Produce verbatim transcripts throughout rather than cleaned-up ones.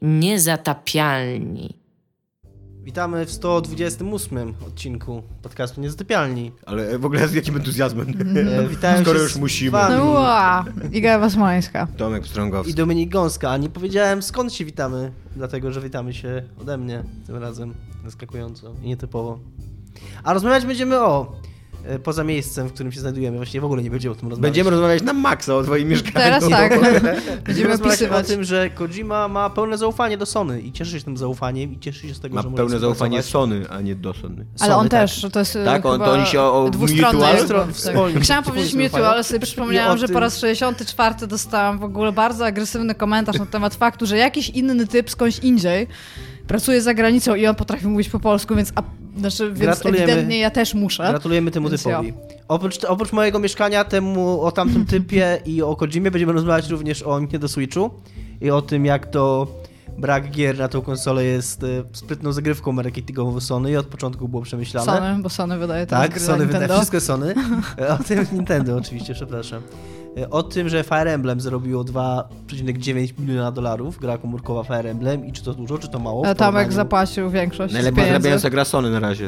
Niezatapialni. Witamy w sto dwudziestym ósmym odcinku podcastu Niezatapialni. Ale w ogóle z jakim entuzjazmem? E, Witałem Skoro się już z musimy. wami. No ła, Iga Wasmańska. Tomek Pstrągowski. I Dominik Gąska, a nie powiedziałem skąd się witamy, dlatego że witamy się ode mnie tym razem, zaskakująco i nietypowo. A rozmawiać będziemy o, e, poza miejscem, w którym się znajdujemy, właściwie w ogóle nie będziemy o tym rozmawiać. Będziemy rozmawiać na maksa o twoim mieszkaniu. Teraz tak. Będziemy rozmawiać opisywać. o tym, że Kojima ma pełne zaufanie do Sony i cieszy się tym zaufaniem i cieszy się z tego, Ma że może pełne zaufanie współpracować. Sony, a nie do Sony. Ale on Sony, też, to jest Tak, on- chyba to oni się o- o dwustronne. mutual- jest to- Wspólnie. tak. Chciałam powiedzieć Wspólnie mutual, ale sobie I przypomniałam, o że tym- po raz sześćdziesiąty czwarty dostałam w ogóle bardzo agresywny komentarz na temat faktu, że jakiś inny typ skądś indziej pracuje za granicą i on potrafi mówić po polsku, więc, a, znaczy, więc Gratulujemy. ewidentnie ja też muszę. Gratulujemy temu Więc typowi. Oprócz, oprócz mojego mieszkania, temu o tamtym typie i o Kojimie będziemy rozmawiać również o Nintendo Switchu i o tym, jak to brak gier na tą konsolę jest e, sprytną zagrywką marketingową Sony i od początku było przemyślane. Sony, bo Sony wydaje teraz Tak, gry Sony dla wydaje Nintendo. wszystko Sony. E, O tym Nintendo oczywiście, przepraszam. E, O tym, że Fire Emblem zarobiło dwa przecinek dziewięć miliona dolarów, gra komórkowa Fire Emblem i czy to dużo, czy to mało. w A Tomek porównaniu- zapłacił większość Najlepiej pieniędzy. zarabiająca gra Sony na razie.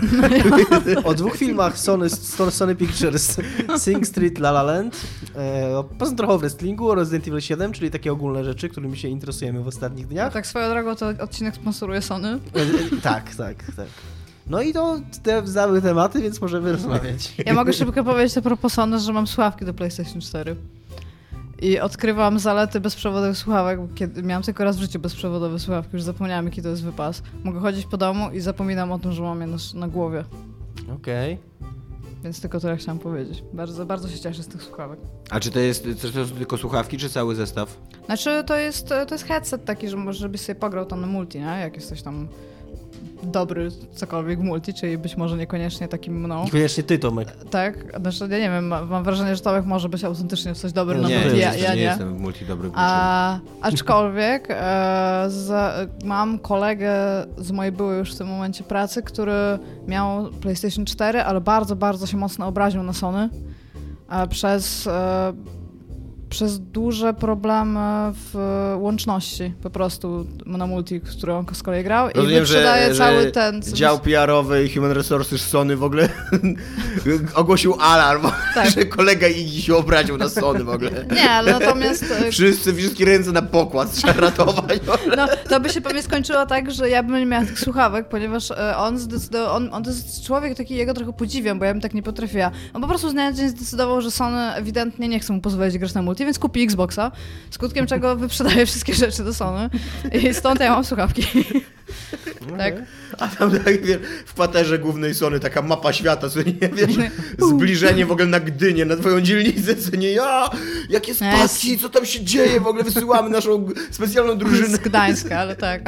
O dwóch filmach Sony, Sony Pictures, Sing Street, La La Land, e, poza trochę o wrestlingu, o Resident Evil siedem, czyli takie ogólne rzeczy, którymi się interesujemy w ostatnich A dniach. tak swoją drogą to odcinek sponsoruje Sony. E, e, tak, tak, tak. No i to te zały tematy, więc możemy rozmawiać. Ja mogę szybko powiedzieć a propos Sony, że mam słuchawki do PlayStation cztery. I odkrywam zalety bezprzewodowych słuchawek, bo kiedy miałam tylko raz w życiu bezprzewodowe słuchawki, już zapomniałam jaki to jest wypas. Mogę chodzić po domu i zapominam o tym, że mam je na, na głowie. Okej. Więc tylko tyle chciałam powiedzieć. Bardzo, bardzo się cieszę z tych słuchawek. A czy to jest to są tylko słuchawki, czy cały zestaw? Znaczy to jest, to jest headset taki, że możesz żebyś sobie pograł tam na multi, nie? Jak jesteś tam dobry cokolwiek w multi, czyli być może niekoniecznie takim mną. Niekoniecznie ty, Tomek. Tak, znaczy ja nie wiem, ma- mam wrażenie, że Tomek może być autentycznie w coś dobry Nie, na nie, multi, nie, ja, nie, ja nie nie. jestem w multi dobry w A, aczkolwiek e, z, mam kolegę z mojej byłej już w tym momencie pracy, który miał PlayStation cztery, ale bardzo, bardzo się mocno obraził na Sony e, przez, e, przez duże problemy w łączności po prostu na multi, który on z kolei grał. Rozumiem, i wyprzedaje że, cały że ten... dział P R-owy i Human Resources Sony w ogóle ogłosił alarm, Tak. że kolega Igi się obraził na Sony w ogóle. Nie, ale natomiast... e, Wszyscy, wszystkie ręce na pokład, trzeba ratować. No, to by się pewnie skończyło tak, że ja bym nie miała tych słuchawek, ponieważ e, on zdecydował, on, on to jest człowiek taki, jego trochę podziwiam, bo ja bym tak nie potrafiła. On po prostu z dnia na dzień zdecydował, że Sony ewidentnie nie chce mu pozwolić grać na multi, więc kupi Xboxa, skutkiem czego wyprzedaje wszystkie rzeczy do Sony i stąd ja mam słuchawki. Tak. A tam tak, wiesz, w kwaterze głównej Sony taka mapa świata, co nie wiesz, zbliżenie w ogóle na Gdynię, na twoją dzielnicę, co nie, ja, jakie spadki, co tam się dzieje, w ogóle wysyłamy naszą specjalną drużynę. Z Gdańska, ale tak.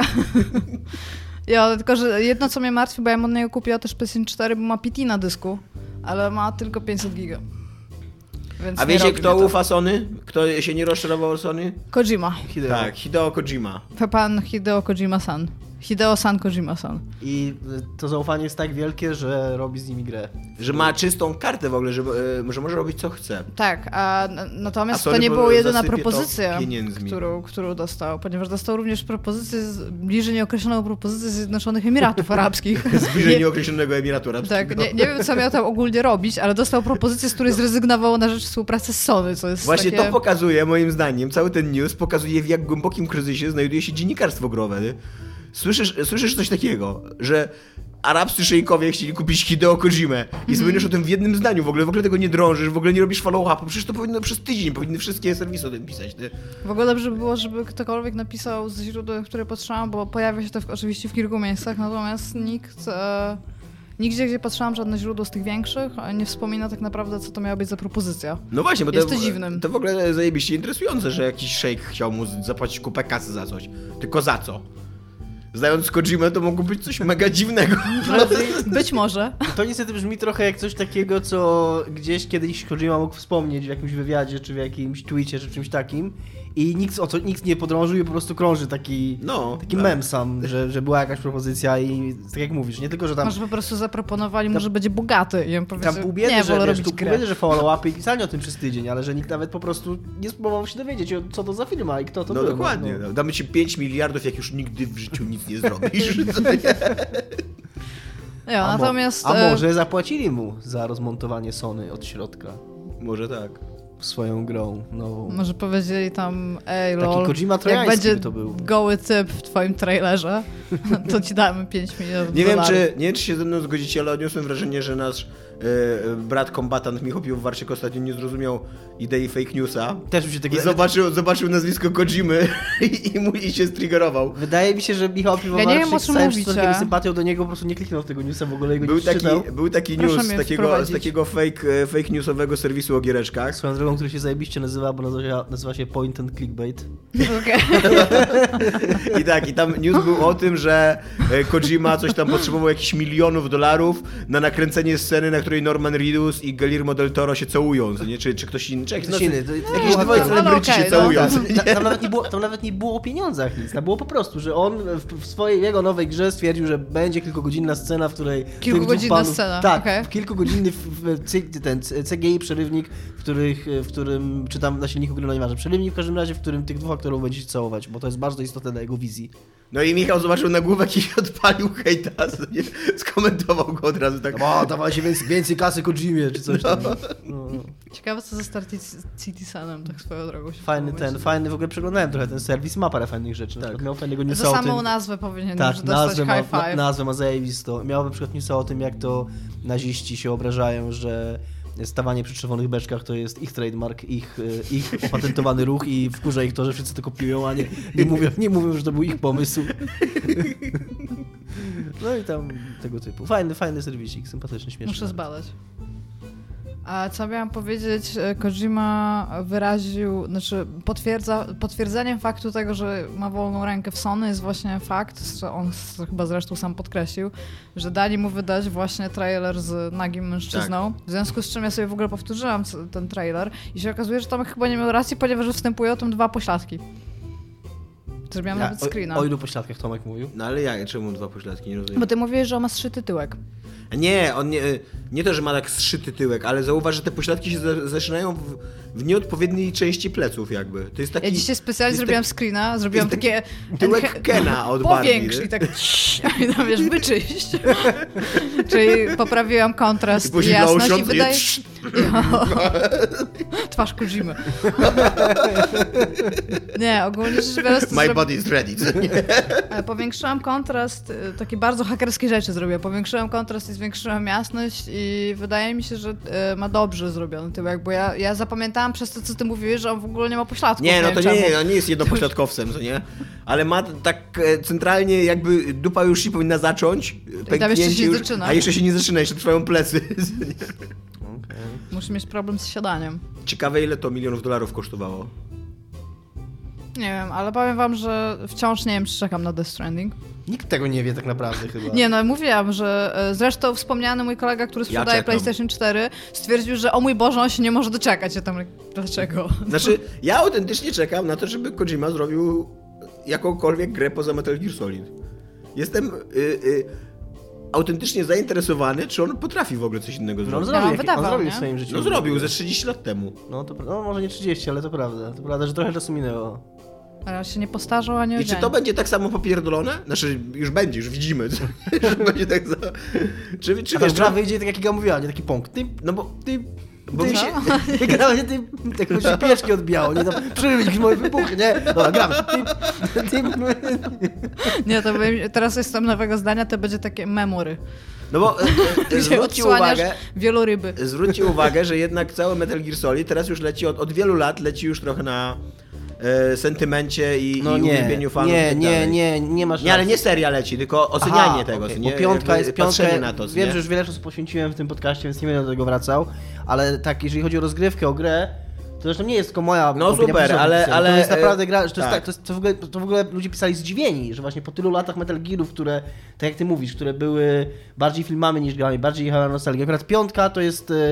Ja, tylko że jedno co mnie martwi, bo ja od niego kupiła też PlayStation cztery, bo ma P T na dysku, ale ma tylko pięćset giga. Więc A nie wiecie, robi kto mnie to. ufa Sony? Kto się nie rozczarował o Sony? Kojima. Hideo. Tak, Hideo Kojima. Pan Hideo Kojima-san. Hideo-san Kojima-san. I y, to zaufanie jest tak wielkie, że robi z nimi grę. Że ma czystą kartę w ogóle, że, e, że może robić co chce. Tak, a n- natomiast A to Sony nie po- była jedyna zasypie to propozycja, pieniędzmi. którą, którą dostał, ponieważ dostał również propozycję, z, bliżej nieokreśloną propozycję z Zjednoczonych Emiratów Arabskich. Zbliżenie nieokreślonego Emiratu Arabskiego. Tak, nie, nie wiem co miał tam ogólnie robić, ale dostał propozycję, z której zrezygnował na rzecz współpracy z Sony, co jest Właśnie takie... to pokazuje, moim zdaniem, cały ten news pokazuje, w jak głębokim kryzysie znajduje się dziennikarstwo growe. Nie? Słyszysz, słyszysz coś takiego, że arabscy szejkowie chcieli kupić Hideo Kojimę i wspominasz o tym w jednym zdaniu, w ogóle, w ogóle tego nie drążysz, w ogóle nie robisz follow-upu, przecież to powinno przez tydzień, powinny wszystkie serwisy o tym pisać. Nie? W ogóle dobrze by było, żeby ktokolwiek napisał z źródeł, które patrzyłam, bo pojawia się to w, oczywiście w kilku miejscach, natomiast nikt... E... Nigdzie, gdzie patrzyłam, żadne źródło z tych większych nie wspomina tak naprawdę, co to miała być za propozycja. No właśnie, bo Jest to, to dziwnym. to w ogóle zajebiście interesujące, że jakiś szejk chciał mu zapłacić kupę kasy za coś. Tylko za co? Znając Kojimę, to mogło być coś mega dziwnego. Być może. To niestety brzmi trochę jak coś takiego, co gdzieś kiedyś Kojima mógł wspomnieć w jakimś wywiadzie, czy w jakimś tweetie, czy czymś takim i nikt, o to, nikt nie podrążył i po prostu krąży taki, no, taki tak. mem sam, że, że była jakaś propozycja i tak jak mówisz, nie tylko, że tam... Może po prostu zaproponowali mu, że będzie bogaty i on Tam powiedział, pół biedy, nie, że, wolę wiesz, robić tu pół grę. biedy, że follow-upy i pisanie o tym przez tydzień, ale że nikt nawet po prostu nie spróbował się dowiedzieć, co to za firma i kto to No był. dokładnie. No. No. Damy ci pięć miliardów, jak już nigdy w życiu nic nie zrobisz. Ja, A, natomiast... mo- a e, może zapłacili mu za rozmontowanie Sony od środka Może tak. swoją grą nową. Może powiedzieli tam, ej Taki lol, Kojima jak trojański będzie by to był. goły typ w twoim trailerze, to ci damy pięć milionów Nie wiem, dolarów. czy, nie wiem, czy się ze mną zgodzicie, ale odniosłem wrażenie, że nasz e, brat kombatant Michał Piwowarczyk ostatnio nie zrozumiał idei fake newsa. Też mi się tak I zobaczył, zobaczył nazwisko Kojimy i, i, mu, i się striggerował. Wydaje mi się, że Michał Piwowarczyk wiem, o z czym całym mówicie. szacunkiem i sympatią do niego po prostu nie kliknął w tego newsa, w ogóle jego Był nie taki, przeczytał. był taki Proszę news z mnie takiego, z wprowadzić. takiego fake, e, fake newsowego serwisu o giereczkach. Swoją drogą, który się zajebiście nazywa, bo nazywa się, nazywa się Point and Clickbait. Okej. I tak, i tam news był o tym, że e, Kojima coś tam potrzebował jakichś milionów dolarów na nakręcenie sceny, na której Norman Reedus i Guillermo del Toro się całują, co nie? Czy, czy ktoś inny, czy jakiś, Ktoś inny, to- to jakiś było- dwoje ale celebryci okej, się no. całują. co Tam, nie? tam, nawet nie było, tam nawet nie było o pieniądzach nic, tam było po prostu, że on w, w swojej, jego nowej grze stwierdził, że będzie kilkugodzinna scena, w której... tych Kilkugodzinna dwóch panów- scena, Tak, okej. kilkugodzinny w, w, C- ten C G I przerywnik, w, których, w którym, czy tam na silniku gry, no nieważne, przerywnik w każdym razie, w którym tych dwóch aktorów będzie się całować, bo to jest bardzo istotne dla jego wizji. No i Michał zobaczył nagłówek i odpalił hejta, co nie? Skomentował go od razu tak. O, dawaj się więcej, więcej kasy Kojimie, czy coś tam. No, no. Ciekawe, co ze Star Citizenem, tak swoją drogą się Fajny pomyśleć. ten, fajny, w ogóle przeglądałem trochę ten serwis, ma parę fajnych rzeczy, na Tak. przykład miał fajnego newsa Za o samą tym... nazwę powinien Tak, już dostać nazwę ma, high na, five. nazwę ma zajebisto. Miał na przykład newsa o tym, jak to naziści się obrażają, że stawanie przy czerwonych beczkach to jest ich trademark, ich, e, ich opatentowany ruch i wkurza ich to, że wszyscy to kopiują, a nie, nie, mówią, nie mówią, że to był ich pomysł. No i tam tego typu. Fajny, fajny serwisik, sympatyczny, śmieszny. Muszę zbadać. A co miałam powiedzieć, Kojima wyraził, znaczy potwierdza, potwierdzeniem faktu tego, że ma wolną rękę w Sony jest właśnie fakt, że on chyba zresztą sam podkreślił, że dali mu wydać właśnie trailer z nagim mężczyzną, w związku z czym ja sobie w ogóle powtórzyłam c- ten trailer i się okazuje, że Tomek chyba nie miał racji, ponieważ występują tam dwa pośladki. Zrobiłam Ja, nawet screena. o, o ilu pośladkach Tomek mówił? No ale ja, czemu dwa pośladki, nie rozumiem. Bo ty mówiłeś, że on ma zszyty tyłek. Nie, on nie, nie to, że ma tak zszyty tyłek, ale zauważ, że te pośladki się za- zaczynają w, w nieodpowiedniej części pleców jakby. To jest taki... Ja dzisiaj specjalnie jest zrobiłam taki- screena, zrobiłam jest takie... tyłek enhe- Kena od Barbie, Powiększ nie? i tak... I tam wiesz, wyczyść. Czyli poprawiłam kontrast I i później jasność lotion, i wydaje... trz- Twarz Kojimy. Nie, ogólnie rzecz biorąc... to My zrobi- body is ready, co nie? E, Powiększyłam kontrast, e, takie bardzo hakerskie rzeczy zrobiłem. Powiększyłam kontrast i zwiększyłam jasność i wydaje mi się, że e, ma dobrze zrobiony tyłek, bo ja, ja zapamiętałam przez to, co ty mówiłeś, że on w ogóle nie ma pośladków. Nie, no wiem to czemu. nie, on nie jest jednopośladkowcem, co nie? Ale ma tak e, centralnie jakby dupa już się powinna zacząć, tam jeszcze się pęknięcie nie już, zaczyna. a jeszcze się nie zaczyna, jeszcze trwają plecy. Muszę mieć problem z siadaniem. Ciekawe, ile to milionów dolarów kosztowało. Nie wiem, ale powiem wam, że wciąż nie wiem, czy czekam na Death Stranding. Nikt tego nie wie tak naprawdę chyba. Nie, no mówiłam, że e, zresztą wspomniany mój kolega, który sprzedaje czekam. PlayStation cztery, stwierdził, że o mój Boże, on się nie może doczekać. Ja tam, dlaczego? Znaczy, ja autentycznie czekam na to, żeby Kojima zrobił jakąkolwiek grę poza Metal Gear Solid. Jestem y, y, autentycznie zainteresowany, czy on potrafi w ogóle coś innego No, on zrobić. zrobił, No, jak- wydawał, on zrobił nie? w swoim życiu. No zrobił ze trzydzieści lat temu. No, to, pra- no może nie trzydzieści, ale to prawda. To prawda, że trochę czasu minęło. Ale się nie postarzał, ani I czy odzianie. to będzie tak samo popierdolone? Znaczy, już będzie, już widzimy, że będzie tak za... Czy, czy A ta wiesz, gra czy... wyjdzie tak jak Iga mówiła, nie taki punkt. Ty, No bo... ty, Bo ty, mi się... ty, gra się ty, tak się pieczki odbijało, nie tam, przerywnik moje wybuchy, nie? Dobra, gramy. Ty, ty, Nie, to bym, teraz jestem nowego zdania, to będzie takie memory. No bo e, e, Gdzie zwróćcie odsłaniasz uwagę, wieloryby. zwróćcie uwagę, że jednak cały Metal Gear Solid teraz już leci, od, od wielu lat leci już trochę na e, sentymencie i, No i nie, uwielbieniu fanów i nie, tak nie, dalej. nie, nie masz Nie, ale racji. nie seria leci, tylko ocenianie Aha, tego, okej, co bo nie? piątka Jakby jest piątka, patrzenie na to, co wiem, nie? że już wiele czasu poświęciłem w tym podcaście, więc nie będę do tego wracał, ale tak, jeżeli chodzi o rozgrywkę, o grę, to zresztą nie jest tylko moja No opinia super, personalna, ale- to ale, jest e, naprawdę gra, że to, tak. jest tak, to, jest, to, w ogóle, to w ogóle ludzie pisali zdziwieni, że właśnie po tylu latach Metal Gearów, które, tak jak ty mówisz, które były bardziej filmami niż grami, bardziej jechały na nostalgię. Akurat piątka to jest e,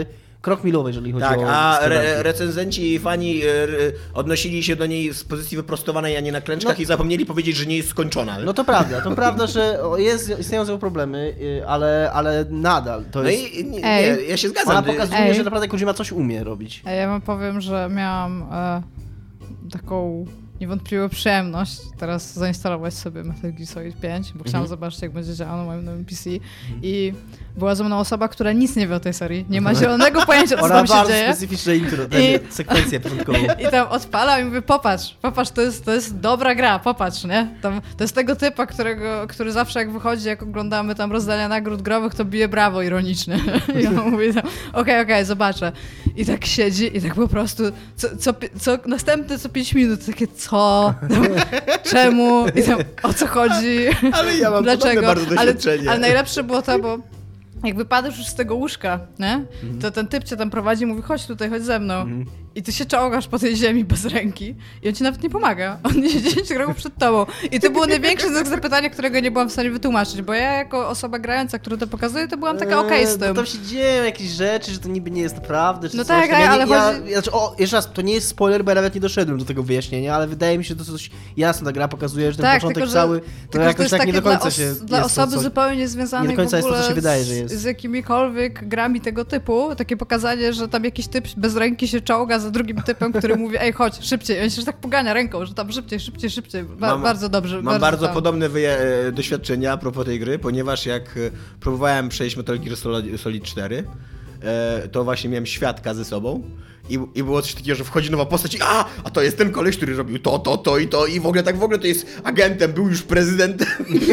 krok milowy, jeżeli chodzi tak, o a składanki. re recenzenci i fani e, odnosili się do niej z pozycji wyprostowanej, a nie na klęczkach No. i zapomnieli powiedzieć, że nie jest skończona. No to prawda, to prawda, że jest, istnieją złe problemy, y, ale, ale nadal to No jest... i nie, nie, Ej. ja się zgadzam. Ona pokazuje, Ej. że naprawdę Kojima coś umie robić. A ja wam powiem, że miałam e, taką niewątpliwą przyjemność teraz zainstalować sobie Metal Gear Solid pięć, bo chciałam Mhm. zobaczyć, jak będzie działał na moim nowym P C. I była ze mną osoba, która nic nie wie o tej serii, nie ma zielonego pojęcia, co Ona tam się bardzo dzieje. specyficzne intro, I- I... sekwencję początkową. I tam odpala i mówię, popatrz, popatrz, to jest, to jest dobra gra, popatrz, nie? Tam, to jest tego typa, którego, który zawsze jak wychodzi, jak oglądamy tam rozdania nagród growych, to bije brawo ironicznie. I ja mówię tam, okej, okay, okej, okay, zobaczę. I tak siedzi i tak po prostu, co, co, co następne co pięć minut, takie co? Tam, czemu? I tam, o co chodzi? Ale ja mam Dlaczego? podobne bardzo Ale, doświadczenie. ale najlepsze było to, bo jak wypadłeś już z tego łóżka, nie? To ten typ cię tam prowadzi i mówi, chodź tutaj, chodź ze mną. I ty się czołgasz po tej ziemi bez ręki i on ci nawet nie pomaga. On jest dziesięć kroków przed tobą. I to było największe znak zapytania, którego nie byłam w stanie wytłumaczyć, bo ja jako osoba grająca, która to pokazuje, to byłam taka okej z Eee, tym. Bo tam się dzieją jakieś rzeczy, że to niby nie jest naprawdę, czy No coś tak, tam. Ja, ale nie, ja, chodzi- ja, znaczy, o, jeszcze raz, to nie jest spoiler, bo ja nawet nie doszedłem do tego wyjaśnienia, ale wydaje mi się, że to coś jasno ta gra pokazuje, że ten Tak, początek tylko, że- cały, to Tylko, że jakoś jest tak nie takie do końca dla, os- się... dla jest to osoby coś- zupełnie niezwiązanej nie do końca w jest to, ogóle co się wydaje, że z, jest. z jakimikolwiek grami tego typu, takie pokazanie, że tam jakiś typ bez ręki się czołga za drugim typem, który mówi, ej chodź, szybciej. I on się tak pogania ręką, że tam szybciej, szybciej, szybciej. Ba- Mam- bardzo dobrze. Mam bardzo tam. podobne wyje- e, doświadczenia a propos tej gry, ponieważ jak e, próbowałem przejść Metal Gear Solid Solid cztery, e, to właśnie miałem świadka ze sobą i, i było coś takiego, że wchodzi nowa postać i a, a to jest ten koleś, który robił to, to, to i to i w ogóle tak w ogóle to jest agentem, był już prezydentem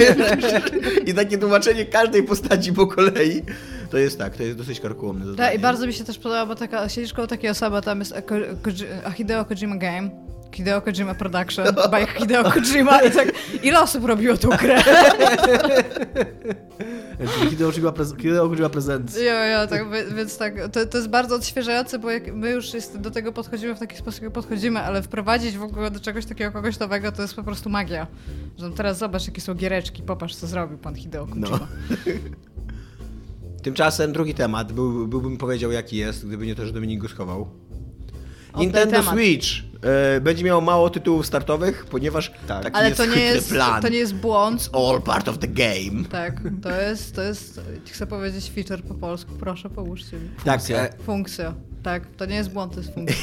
i takie tłumaczenie każdej postaci po kolei. To jest tak, to jest dosyć karkołomne zadanie. Tak, i bardzo mi się też podoba, bo taka, siedzisz koło takiej osoby, tam jest a, Ko, Koji- a Hideo Kojima Game, Hideo Kojima Production, by Hideo Kojima i tak, ile osób robiło tą grę? Hideo Kojima prez- Hideo Kojima Presents. Jo, jo, tak, wie- więc tak, to, to jest bardzo odświeżające, bo jak my już jest, do tego podchodzimy w taki sposób, jak podchodzimy, ale wprowadzić w ogóle do czegoś takiego kogoś nowego, to jest po prostu magia. Że no teraz zobacz, jakie są giereczki, popatrz, co zrobił pan Hideo Kojima. No. Tymczasem drugi temat, był, byłbym powiedział jaki jest, gdyby nie to, że Dominik go schował. Oddaj Nintendo temat. Switch e, będzie miało mało tytułów startowych, ponieważ Tak. taki Ale jest to nie chytry jest, plan. to nie jest błąd. It's all part of the game. Tak, to jest, to jest, chcę powiedzieć feature po polsku, proszę pomóżcie mi. Tak, Funkcja. e, Funkcja, tak, to nie jest błąd, to jest funkcja.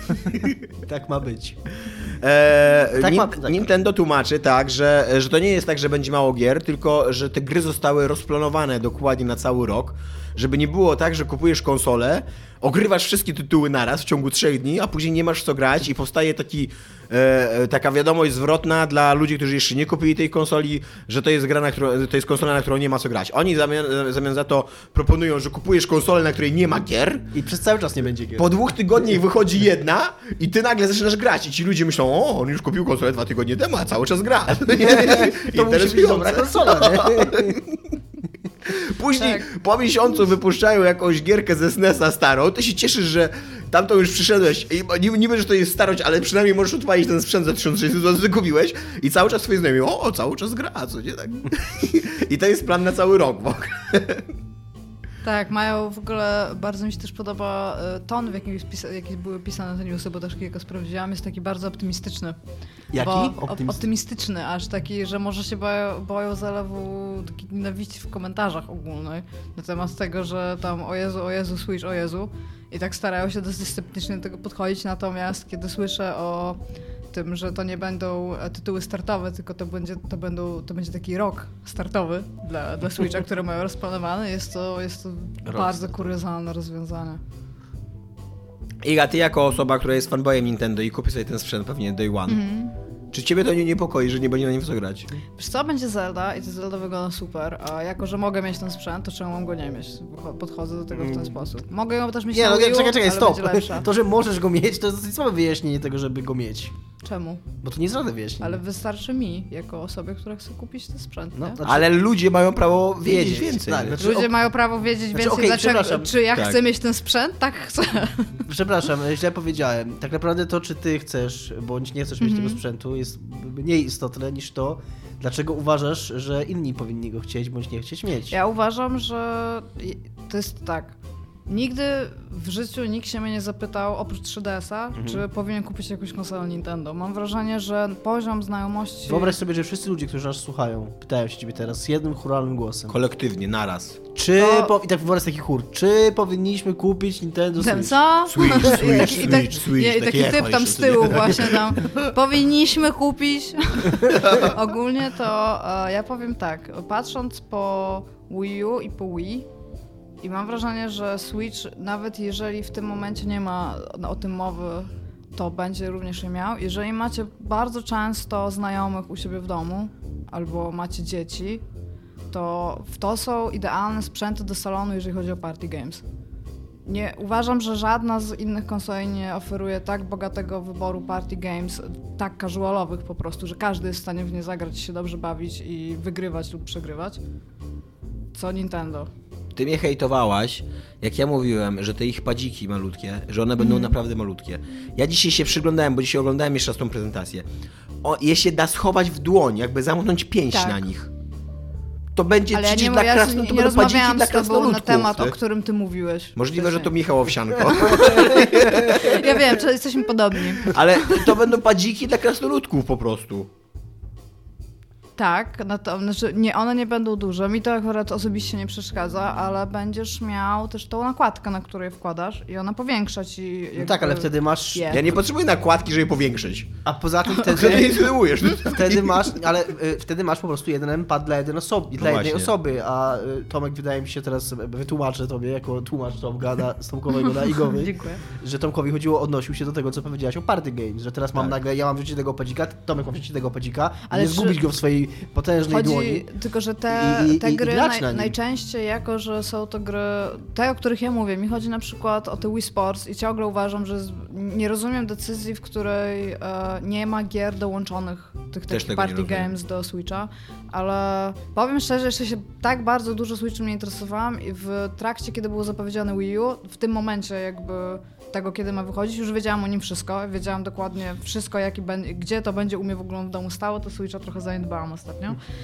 Tak ma być. e, Tak Nin- ma- tak. Nintendo tłumaczy tak, że, że to nie jest tak, że będzie mało gier, tylko że te gry zostały rozplanowane dokładnie na cały rok, żeby nie było tak, że kupujesz konsolę, ogrywasz wszystkie tytuły naraz w ciągu trzech dni, a później nie masz w co grać i powstaje taki, e, taka wiadomość zwrotna dla ludzi, którzy jeszcze nie kupili tej konsoli, że to jest gra, na którą, to jest konsola, na którą nie ma co grać. Oni zamian, zamian za to proponują, że kupujesz konsolę, na której nie ma gier, I przez cały czas nie będzie gier. po dwóch tygodniach wychodzi jedna i ty nagle zaczynasz grać i ci ludzie myślą, o, on już kupił konsolę dwa tygodnie temu, a cały czas gra. To musi być dobra konsola, nie? Później Tak. po miesiącu wypuszczają jakąś gierkę ze S N E S a starą, ty się cieszysz, że tamtą już przyszedłeś i niby, niby że to jest starość, ale przynajmniej możesz odpalić ten sprzęt za tysiąc sześćset złotych, kupiłeś i cały czas twoi znajomi, o, cały czas gra, co nie tak? I to jest plan na cały rok w ogóle. Tak, mają w ogóle, bardzo mi się też podoba e, ton, w jakim jest pisa- jaki były pisane te newsy, bo też kilka sprawdziłam, jest taki bardzo optymistyczny. Jaki? Bo, Optymist- optymistyczny, aż taki, że może się boją, boją zalewu takiej nienawiści w komentarzach ogólnej na temat tego, że tam o Jezu, o Jezu, Switch, o Jezu. I tak starają się dosyć sceptycznie do tego podchodzić, natomiast kiedy słyszę o tym, że to nie będą tytuły startowe, tylko to będzie, to będą, to będzie taki rok startowy dla, dla Switcha, który mają rozplanowany, jest to, jest to bardzo startowy. kuriozalne rozwiązanie. Iga, ty jako osoba, która jest fanboyem Nintendo i kupi sobie ten sprzęt pewnie day one, Mhm. czy ciebie to nie niepokoi, że nie będzie na nim w co grać? Wiesz co, będzie Zelda i to Zelda wygląda super, a jako, że mogę mieć ten sprzęt, to czemu mam go nie mieć? Podchodzę do tego w ten sposób. Mogę ją też mieć Nie, na no Wii U, czekaj, czekaj, ale stop. będzie lepsza. To, że możesz go mieć, to jest dosyć słabe wyjaśnienie tego, żeby go mieć. Czemu? Bo to nie jest żadne wyjaśnienie. Ale wystarczy mi, jako osobie, która chce kupić ten sprzęt, No, nie? znaczy- Ale ludzie mają prawo wiedzieć, Wiedzieć, więcej. tak, nie? znaczy- Ludzie o- mają prawo wiedzieć Znaczy, więcej, okej, dlaczego, przepraszam. czy ja Tak. chcę mieć ten sprzęt? Tak chcę. Przepraszam, źle powiedziałem. Tak naprawdę to, czy ty chcesz, bądź nie chcesz mieć Mhm. tego sprzętu, jest mniej istotne niż to, dlaczego uważasz, że inni powinni go chcieć, bądź nie chcieć mieć. Ja uważam, że to jest tak. Nigdy w życiu nikt się mnie nie zapytał, oprócz trzy D S a, mhm. czy powinien kupić jakąś konsolę Nintendo. Mam wrażenie, że poziom znajomości... Wyobraź sobie, że wszyscy ludzie, którzy nas słuchają, pytają się ciebie teraz jednym chóralnym głosem. Kolektywnie, naraz. Czy... To... Po... I tak wyobraź taki chór. Czy powinniśmy kupić Nintendo Switch? Ten co? Switch, Switch, I tak, Switch, Switch. I taki typ tam z tyłu właśnie tam. Powinniśmy kupić. Ogólnie to e, ja powiem tak. Patrząc po Wii U i po Wii, i mam wrażenie, że Switch, nawet jeżeli w tym momencie nie ma o tym mowy, to będzie również je miał. Jeżeli macie bardzo często znajomych u siebie w domu, albo macie dzieci, to to są idealne sprzęty do salonu, jeżeli chodzi o party games. Nie, uważam, że żadna z innych konsoli nie oferuje tak bogatego wyboru party games, tak casualowych po prostu, że każdy jest w stanie w nie zagrać, się dobrze bawić i wygrywać lub przegrywać, co Nintendo. Ty mnie hejtowałaś, jak ja mówiłem, że te ich padziki malutkie, że one będą mm. naprawdę malutkie. Ja dzisiaj się przyglądałem, bo dzisiaj oglądałem jeszcze raz tą prezentację. O, je się da schować w dłoń, jakby zamknąć pięść tak. na nich. To będzie ale przecież ja nie, dla ja krasno, nie, to nie będą padziki dla krasnoludków. Na temat, ty? o którym ty mówiłeś. Możliwe, że to Michał Owsianko. Ja wiem, czy jesteśmy podobni. Ale to będą padziki dla krasnoludków po prostu. Tak, no to, znaczy nie, one nie będą duże, mi to akurat osobiście nie przeszkadza, ale będziesz miał też tą nakładkę, na której wkładasz i ona powiększa ci jakby... No tak, ale wtedy masz... Je. Ja nie potrzebuję nakładki, żeby powiększyć. A poza tym Wtedy wtedy... nie insynuujesz. Wtedy masz, ale y, wtedy masz po prostu jeden pad dla jednej osoby, dla No jednej właśnie. osoby, a y, Tomek wydaje mi się teraz, wytłumaczę tobie, jako tłumacz Tomka na, z Tomkowego na Igowy, Dziękuję. że Tomkowi chodziło, odnosił się do tego, co powiedziałaś o party games, że teraz mam Tak. nagle, ja mam wrzucić tego padzika, Tomek ma wrzucić tego padzika, Ale nie czy- zgubić go w swojej potężnej Chodzi dłoni. tylko, że te, I- i- te i gry grać naj, na nim. najczęściej, jako że są to gry, te o których ja mówię, mi chodzi na przykład o te Wii Sports i ciągle uważam, że z, nie rozumiem decyzji, w której e, nie ma gier dołączonych, tych Też takich tego nie party rozumiem. games do Switcha, ale powiem szczerze, jeszcze się tak bardzo dużo Switchem nie interesowałam i w trakcie, kiedy było zapowiedziane Wii U, w tym momencie jakby tego, kiedy ma wychodzić, już wiedziałam o nim wszystko, wiedziałam dokładnie wszystko, jaki będzie, gdzie to będzie u mnie w ogóle w domu stało, to Switcha trochę zaniedbałam ostatnio.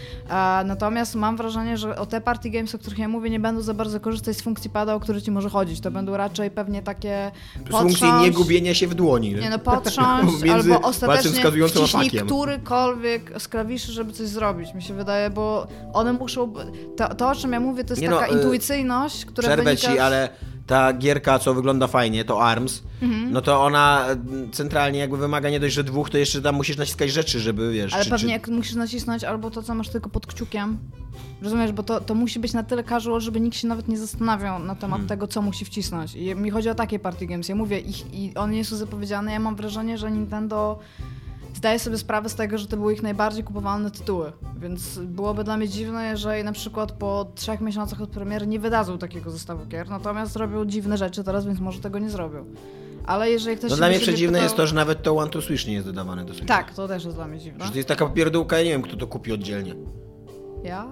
E, natomiast mam wrażenie, że o te party games, o których ja mówię, nie będą za bardzo korzystać z funkcji pada, o który ci może chodzić. To będą raczej pewnie takie Z funkcji nie gubienia się w dłoni. nie no, potrząść, Między albo palcem ostatecznie wskazującym a wciśnij fakiem. którykolwiek z klawiszy, żeby coś zrobić, mi się wydaje, bo one muszą... To, to o czym ja mówię, to jest Nie taka no, y, intuicyjność, która Przerwę wynika... ci, ale ta gierka, co wygląda fajnie, to ARMS, Mhm. no to ona mm, centralnie jakby wymaga nie dość, że dwóch, to jeszcze tam musisz naciskać rzeczy, żeby wiesz... Ale czy, pewnie czy... jak musisz nacisnąć albo to, co masz tylko pod kciukiem. Rozumiesz, bo to, to musi być na tyle casual, żeby nikt się nawet nie zastanawiał na temat Hmm. tego, co musi wcisnąć. I mi chodzi o takie party games. Ja mówię, ich, i one nie są zapowiedziane. Ja mam wrażenie, że Nintendo zdaje sobie sprawę z tego, że to były ich najbardziej kupowane tytuły. Więc byłoby dla mnie dziwne, jeżeli na przykład po trzech miesiącach od premiery nie wydadzą takiego zestawu gier, natomiast zrobią dziwne rzeczy teraz, więc może tego nie zrobią. Ale jeżeli ktoś No się dla mnie by siebie przedziwne pytał- jest to, że nawet to One to Switch nie jest dodawane do Switcha. Tak, to też jest dla mnie dziwne. Że to jest taka pierdółka, ja nie wiem, kto to kupi oddzielnie. Ja?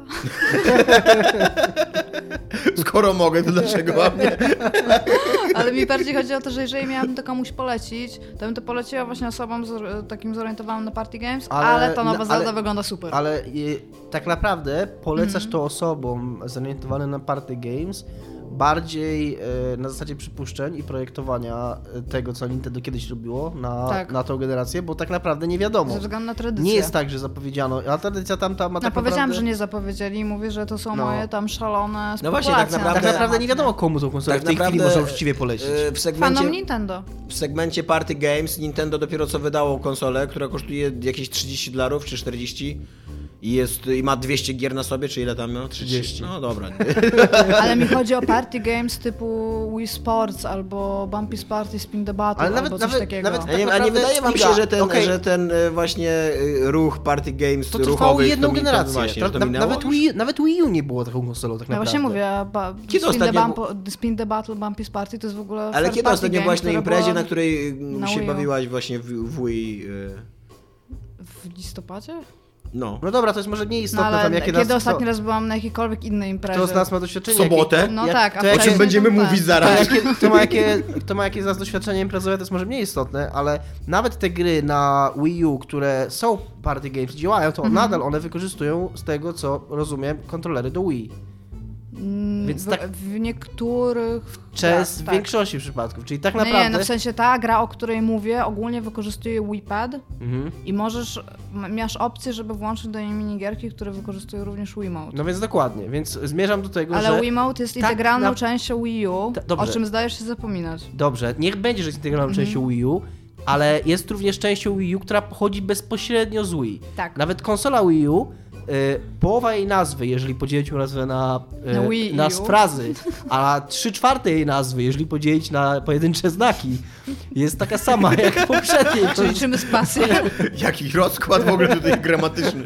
Skoro mogę, to dlaczego mam nie? Ale mi bardziej chodzi o to, że jeżeli miałabym to komuś polecić, to bym to poleciła właśnie osobom z, takim zorientowanym na party games, ale, Ale- ta nowa no, Zelda ale- wygląda super. Ale y, tak naprawdę polecasz Mhm. to osobom zorientowanym na party games bardziej y, na zasadzie przypuszczeń i projektowania y, tego, co Nintendo kiedyś robiło na, Tak. na tą generację, bo tak naprawdę nie wiadomo. Ze względu na tradycję. Nie jest tak, że zapowiedziano, a tradycja tamta ma No tak powiedziałam, naprawdę... że nie zapowiedzieli i mówię, że to są No. moje tam szalone No właśnie, tak spekulacje na naprawdę- Tak ten naprawdę nie temat. wiadomo, komu tą konsolę Tak w tej chwili naprawdę, można uczciwie polecić. y, W segmencie, Fanom Nintendo. w segmencie Party Games Nintendo dopiero co wydało konsolę, która kosztuje jakieś trzydzieści dolarów czy czterdzieści i jest i ma dwieście gier na sobie, czy ile tam miał? trzydzieści. No dobra. Ale mi chodzi o party games typu Wii Sports albo Bumpy's Party Spin the Battle Ale nawet- albo coś nawet- takiego. nawet- A nie, a nie naprawdę wydaje wam Iga, się, że ten, okej. że ten y, właśnie y, ruch Party Games To trwało ruchowy jedną to mi- to generację. Właśnie, To, że to na, minęło nawet, już? Wii, nawet Wii U nie było taką konsolą tak No naprawdę. właśnie mówię, a ba- Kiedy Spin, the ostatnio Bump, Spin the Battle, Bumpy's Party to jest w ogóle Ale third kiedy party ostatnio game, byłaś na która imprezie, była na której y, na się Wii U. bawiłaś właśnie w, w Wii? y, w listopadzie? No. No dobra, to jest może mniej No istotne ale tam, jakie kiedy nas, ostatni raz byłam na jakiejkolwiek innej imprezie? kto z nas ma doświadczenie. W sobotę? jakie- No jak- tak, a to jak- O czym wcześniej będziemy to tak. mówić To zaraz? jakie, kto, ma jakie, kto ma jakieś z nas doświadczenie imprezowe, to jest może mniej istotne, ale nawet te gry na Wii U, które są party games, działają, to Mhm. nadal one wykorzystują z tego, co rozumiem, kontrolery do Wii. Więc w, tak- w niektórych... Chess tak, w tak. większości przypadków, czyli tak Nie, naprawdę... nie, no w sensie ta gra, o której mówię, ogólnie wykorzystuje Wii Pad Mhm. i możesz, m- masz opcję, żeby włączyć do niej minigierki, które wykorzystują również Wiimote. No więc dokładnie, więc zmierzam do tego, Ale że... Wiimote jest tak integralną na- częścią Wii U, Ta- dobrze. o czym zdajesz się zapominać. Dobrze, niech będzie, że jest integralną Mhm. częścią Wii U, ale jest również częścią Wii U, która pochodzi bezpośrednio z Wii. Tak. Nawet konsola Wii U, y, połowa jej nazwy, jeżeli podzielić ją nazwę na, y, Na Wii na U. frazy, a trzy czwarte jej nazwy, jeżeli podzielić na pojedyncze znaki, jest taka sama jak w poprzedniej. Czy liczymy spację? Jaki rozkład w ogóle tutaj gramatyczny.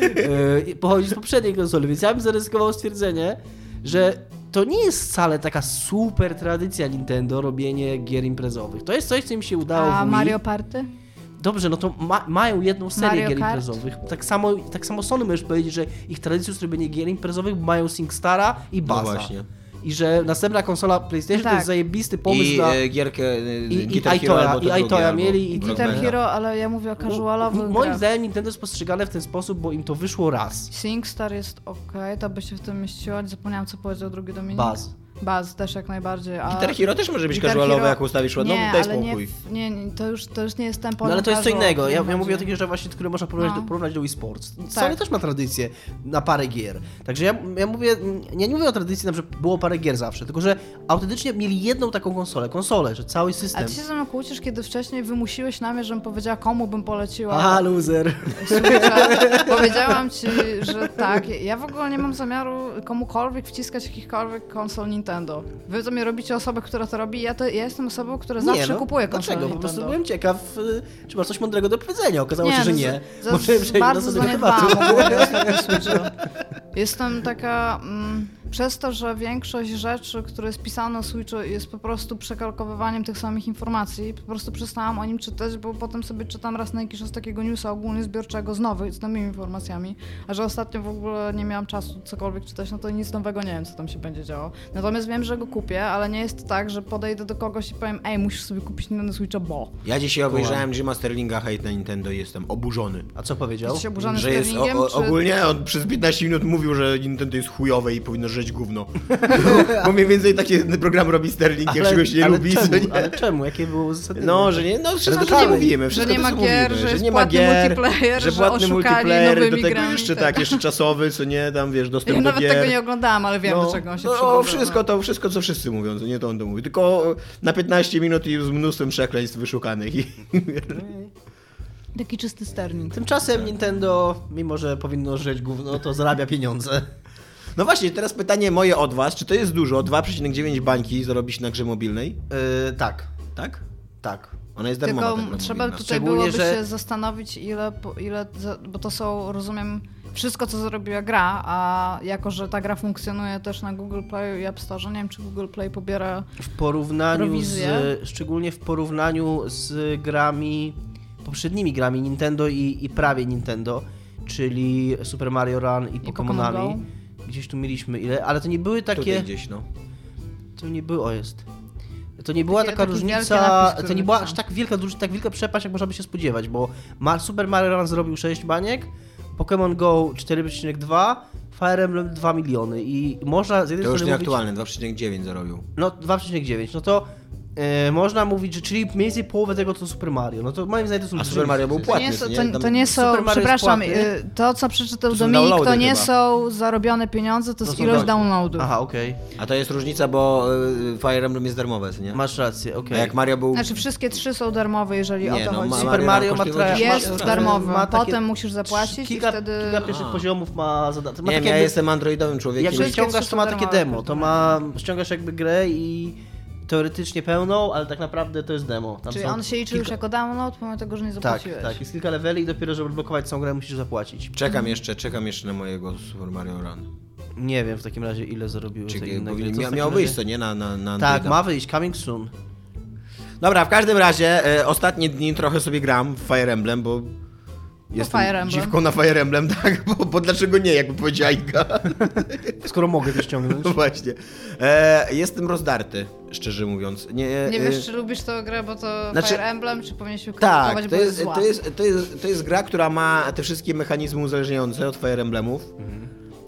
Y, pochodzi z poprzedniej konsoli, więc ja bym zaryzykował stwierdzenie, że to nie jest wcale taka super tradycja Nintendo robienie gier imprezowych. To jest coś, co im się udało A w Wii. Mario Party? Dobrze, no to ma, mają jedną serię Mario gier Kart? imprezowych. Tak samo, tak samo Sony możesz powiedzieć, że ich tradycją jest robienie gier imprezowych, bo mają SingStara i No Baza. właśnie. I że następna konsola PlayStation No to tak. jest zajebisty pomysł I na... e, gierkę e, I- i Guitar Hero iToya, albo to i drugie, iToya albo mieli, i Guitar Rockbanda. Hero, ale ja mówię o casualowych Moim grach. zdaniem Nintendo jest postrzegane w ten sposób, bo im to wyszło raz. SingStar jest okej, to by się w tym mieściło. Zapomniałam, co powiedział drugi Dominik. Baz. Baz też jak najbardziej. A... Guitar Hero też może być Guitar casualowe, Hero- jak ustawisz ładną, nie, daj ale spokój. Nie, nie, nie, to już, to już nie jest ten No poziom ale to jest co casual, innego. Ja, tym ja mówię o bardziej. takich, że właśnie, które można porównać, No. do, porównać do Wii Sports. Tak. Sony też ma tradycję na parę gier. Także ja, ja mówię, ja nie mówię o tradycji, na przykład było parę gier zawsze, tylko że autentycznie mieli jedną taką konsolę, konsolę, że cały A system. ty się ze mną kłócisz, kiedy wcześniej wymusiłeś na mnie, żebym powiedziała, komu bym poleciła Aha, loser. Switcha. Powiedziałam ci, że tak. Ja w ogóle nie mam zamiaru komukolwiek wciskać jakichkolwiek konsol Nintendo. Wy to mnie robicie osobę, która to robi. Ja, to, ja jestem osobą, która zawsze no, kupuje konsole dlaczego? Po Nintendo. prostu byłem ciekaw, y, czy masz coś mądrego do powiedzenia. Okazało się, no że z- nie. za- Możemy z- przejść do bardzo następnego zaniedbałam tematu. ogólnie ostatnio Switcha. Jestem taka... Mm, przez to, że większość rzeczy, które jest pisane na Switchu, jest po prostu przekalkowywaniem tych samych informacji, po prostu przestałam o nim czytać, bo potem sobie czytam raz na jakiś czas takiego newsa ogólnie zbiorczego z nowych, z nowymi informacjami, a że ostatnio w ogóle nie miałam czasu cokolwiek czytać, no to nic nowego nie wiem, co tam się będzie działo. Natomiast wiem, że go kupię, ale nie jest tak, że podejdę do kogoś i powiem, ej, musisz sobie kupić Nintendo Switcha, bo... Ja dzisiaj obejrzałem Jima Sterlinga hejt na Nintendo i jestem oburzony. A co powiedział? Jesteś oburzony Że jest Sterlingiem, o, o, czy... ogólnie on przez piętnaście minut mówił, że Nintendo jest chujowe i powinno żreć gówno. Bo mniej więcej takie program robi Sterling, jak czegoś nie ale lubi. Czemu? co nie? Ale czemu? Jakie było uzasadnienie? No, że nie, no wszystko to nie dalej. mówimy, Że wszystko nie to, ma co gier, mówimy, że jest nie ma płatny gier, multiplayer, że że płatny oszukali multiplayer, do nowymi tego grami, jeszcze tak. tak, jeszcze czasowy, co nie, tam wiesz, dostęp Ja do nawet gier. tego nie oglądałam, ale wiem, no, do czego on się no, przygotował. wszystko to, wszystko co wszyscy mówią, to nie to on to mówi, tylko na piętnaście minut i z mnóstwem przekleństw wyszukanych. I... Taki czysty sterling. Tymczasem Nintendo, mimo że powinno żreć gówno, to zarabia pieniądze. No właśnie, teraz pytanie moje od was, czy to jest dużo, dwa przecinek dziewięć bańki zarobić na grze mobilnej? Yy, tak, Tak? tak. Ona jest darmowa. Tylko ta gra trzeba mobilna. tutaj Szczególnie, byłoby że- się zastanowić, ile, po- ile, za- bo to są, rozumiem, wszystko, co zrobiła gra, a jako, że ta gra funkcjonuje też na Google Play i App Store, nie wiem, czy Google Play pobiera... W porównaniu Prowizję? z, szczególnie w porównaniu z grami, poprzednimi grami Nintendo i, i prawie Nintendo, czyli Super Mario Run i Pokémon Pokémonami. Gdzieś tu mieliśmy ile, ale to nie były Tutaj takie, gdzieś, no. to nie było, jest. To nie była Takie- taka taki wielki różnica, napis, to który nie była są. aż tak wielka, duż- tak wielka przepaść, jak można by się spodziewać, bo Ma- Super Mario Run zrobił sześć baniek, Pokémon Go cztery przecinek dwa, Fire Emblem dwa miliony i można z jednej To już strony mówić, nieaktualne, dwa przecinek dziewięć zarobił. no dwa przecinek dziewięć, no to e, można mówić, że czyli mniej więcej połowę tego to Super Mario, no to moim zdaniem to są A duże Super Mario był różnice. To płatny, nie, są, co to, Tam- to nie Super są, Mario jest przepraszam, płatny. y, to co przeczytał To są Dominik, to downloady nie chyba. są zarobione pieniądze, to To jest są ilość downloady. downloadów. Aha, okej, A to jest różnica, bo y, Fire Emblem jest darmowe, co nie? masz rację, okej. A jak Mario był... Znaczy wszystkie trzy są darmowe, jeżeli Nie, o to no, chodzi. ma- Super Mario ma, kosztuje tra- Jest ma, darmowy, ma takie potem musisz zapłacić kilka, i wtedy... kilka pierwszych A. poziomów ma zadane. Ma Nie wiem, takie ja jakby- jestem androidowym człowiekiem. Jak i- Wszystkie ściągasz, trzy to są ma takie darmowe, demo, to ma, ściągasz jakby grę i teoretycznie pełną, ale tak naprawdę to jest demo. Tam Czyli są on się liczy kilka... już jako download, pomimo tego, że nie Tak, zapłaciłeś. tak, jest kilka leveli i dopiero, żeby odblokować całą grę, musisz zapłacić. Czekam jeszcze, czekam jeszcze na mojego Super Mario Run. Nie wiem w takim razie, ile zarobiły te Czyli inne powinien- gry. Co w mia, takim miał razie- wyjść, co nie? Na, na, na Tak, Androida. ma wyjść, coming soon. Dobra, w każdym razie e, ostatnie dni trochę sobie gram w Fire Emblem, bo jestem Fire Emblem. dziwką na Fire Emblem, tak? Bo, bo dlaczego nie, jakby powiedziała Iga. Skoro mogę to ściągnąć. No właśnie. E, jestem rozdarty, szczerze mówiąc. Nie, Nie e, wiesz, czy lubisz tę grę, bo to Znaczy- Fire Emblem, czy powinniśmy krytykować, Tak, bo to jest, jest, zła. to, jest, to, jest, to jest gra, która ma te wszystkie mechanizmy uzależniające od Fire Emblemów.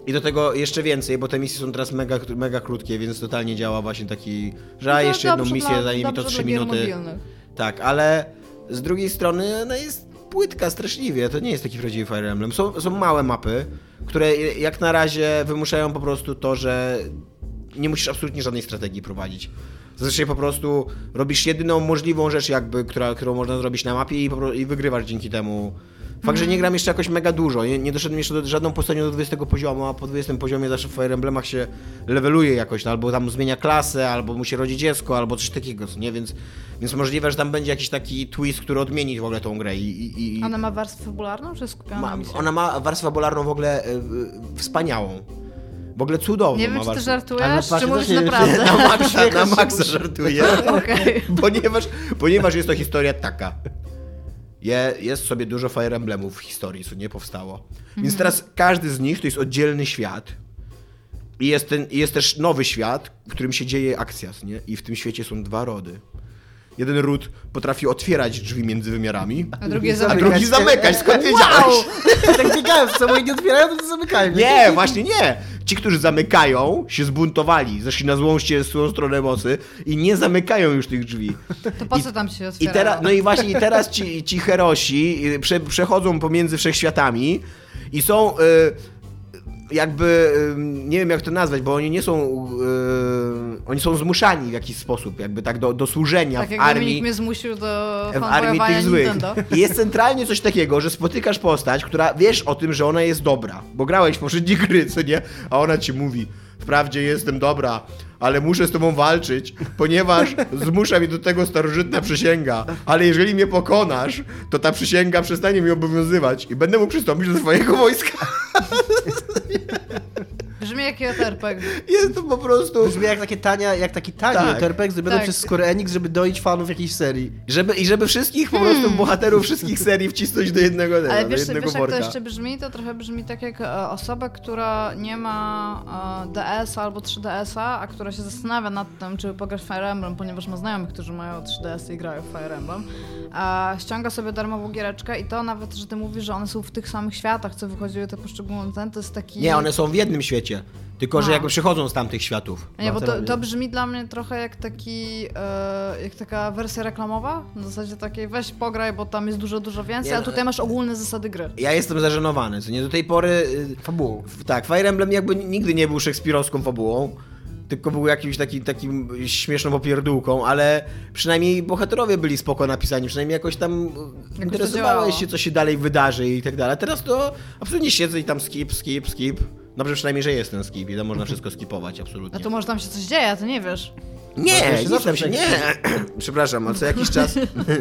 I do tego jeszcze więcej, bo te misje są teraz mega, mega krótkie, więc totalnie działa właśnie taki, że a No to jeszcze jedną dobrze misję, dla- zajmie mi to dobrze trzy dla gier minuty. mobilnych. Tak, ale z drugiej strony ona jest płytka straszliwie, to nie jest taki prawdziwy Fire Emblem. Są, są małe mapy, które jak na razie wymuszają po prostu to, że nie musisz absolutnie żadnej strategii prowadzić. Zazwyczaj po prostu robisz jedyną możliwą rzecz jakby, która, którą można zrobić na mapie i, po prostu, i wygrywasz dzięki temu. Fakt, że nie gram jeszcze jakoś mega dużo, nie, nie doszedłem jeszcze do żadną postacią do dwudziestego poziomu, a po dwudziestym poziomie zawsze w Fire Emblemach się leveluje jakoś, no, albo tam zmienia klasę, albo mu się rodzi dziecko, albo coś takiego, nie? Więc, więc możliwe, że tam będzie jakiś taki twist, który odmieni w ogóle tą grę i... i, i Ona ma warstwę fabularną, czy skupiona ma, na misjach? ona ma warstwę fabularną w ogóle y, y, wspaniałą. W ogóle cudowną Nie ma wiem, czy ty warstwę. Ale żartujesz, właśnie czy mówisz też nie wiem, naprawdę. Na maksa, na maksa żartuję. Okej. ponieważ, ponieważ jest to historia taka. Je, jest sobie dużo Fire Emblemów w historii, co nie powstało. Mhm. Więc teraz każdy z nich to jest oddzielny świat. I jest, ten, jest też nowy świat, w którym się dzieje akcja, nie? I w tym świecie są dwa rody. Jeden ród potrafi otwierać drzwi między wymiarami, A drugie a zamykać. drugi zamykać. Skąd wiedziałeś? Tak biegałem, co moi nie otwierają, to, to zamykają. Nie, właśnie nie. Ci, którzy zamykają, się zbuntowali, zeszli na złą, ście- złą stronę mocy i nie zamykają już tych drzwi. To po I- co tam się I otwiera? teraz, no i właśnie i teraz ci, ci herosi y, prze, przechodzą pomiędzy wszechświatami i są y, jakby, y, nie wiem jak to nazwać, bo oni nie są, y, oni są zmuszani w jakiś sposób, jakby tak do, do służenia Tak w jak Dominik armii. mnie zmusił do W armii fanboyowania tych złych. Nintendo. I jest centralnie coś takiego, że spotykasz postać, która wiesz o tym, że ona jest dobra, bo grałeś w poprzednie gry, co nie? A ona ci mówi, wprawdzie jestem dobra, ale muszę z tobą walczyć, ponieważ zmusza mnie do tego starożytna przysięga, ale jeżeli mnie pokonasz, to ta przysięga przestanie mi obowiązywać i będę mógł przystąpić do twojego wojska. Brzmi jak J R P G. Jest to po prostu... Brzmi jak takie tania, jak taki tani Tak. R P G zrobiony Tak. przez Square Enix, żeby doić fanów jakiejś serii. Żeby, I żeby wszystkich po prostu bohaterów wszystkich serii wcisnąć do jednego, Ale do wiesz, jednego wiesz jak worka. to jeszcze brzmi? To trochę brzmi tak jak e, osoba, która nie ma e, D S a albo trzy D S a, a która się zastanawia nad tym, czy pograć w Fire Emblem, ponieważ ma znajomych, którzy mają trzy D S y i grają w Fire Emblem. A ściąga sobie darmową giereczkę i to nawet, że ty mówisz, że one są w tych samych światach, co wychodziły te poszczególne ten, to jest taki... Nie, one są w jednym świecie, tylko że A. jakby przychodzą z tamtych światów. Nie, bo to, Naturalnie. to brzmi dla mnie trochę jak taki, e, jak taka wersja reklamowa, na zasadzie takiej weź pograj, bo tam jest dużo, dużo więcej, Nie, a no, tutaj masz ogólne zasady gry. Ja jestem zażenowany, co nie? Do tej pory... y, Fabułą. f- Tak, Fire Emblem jakby nigdy nie był szekspirowską fabułą, tylko był jakimś taki, takim śmieszną popierdółką, ale przynajmniej bohaterowie byli spoko napisani, przynajmniej jakoś tam to interesowałeś działało. się, co się dalej wydarzy i tak dalej. A teraz to absolutnie siedzę i tam skip, skip, skip. Dobrze przynajmniej, że jest ten skip i tam można wszystko skipować, A absolutnie. to może tam się coś dzieje, a ty nie wiesz. Nie, No, to się nic zawsze tam się... Nie! Przepraszam, a co jakiś czas...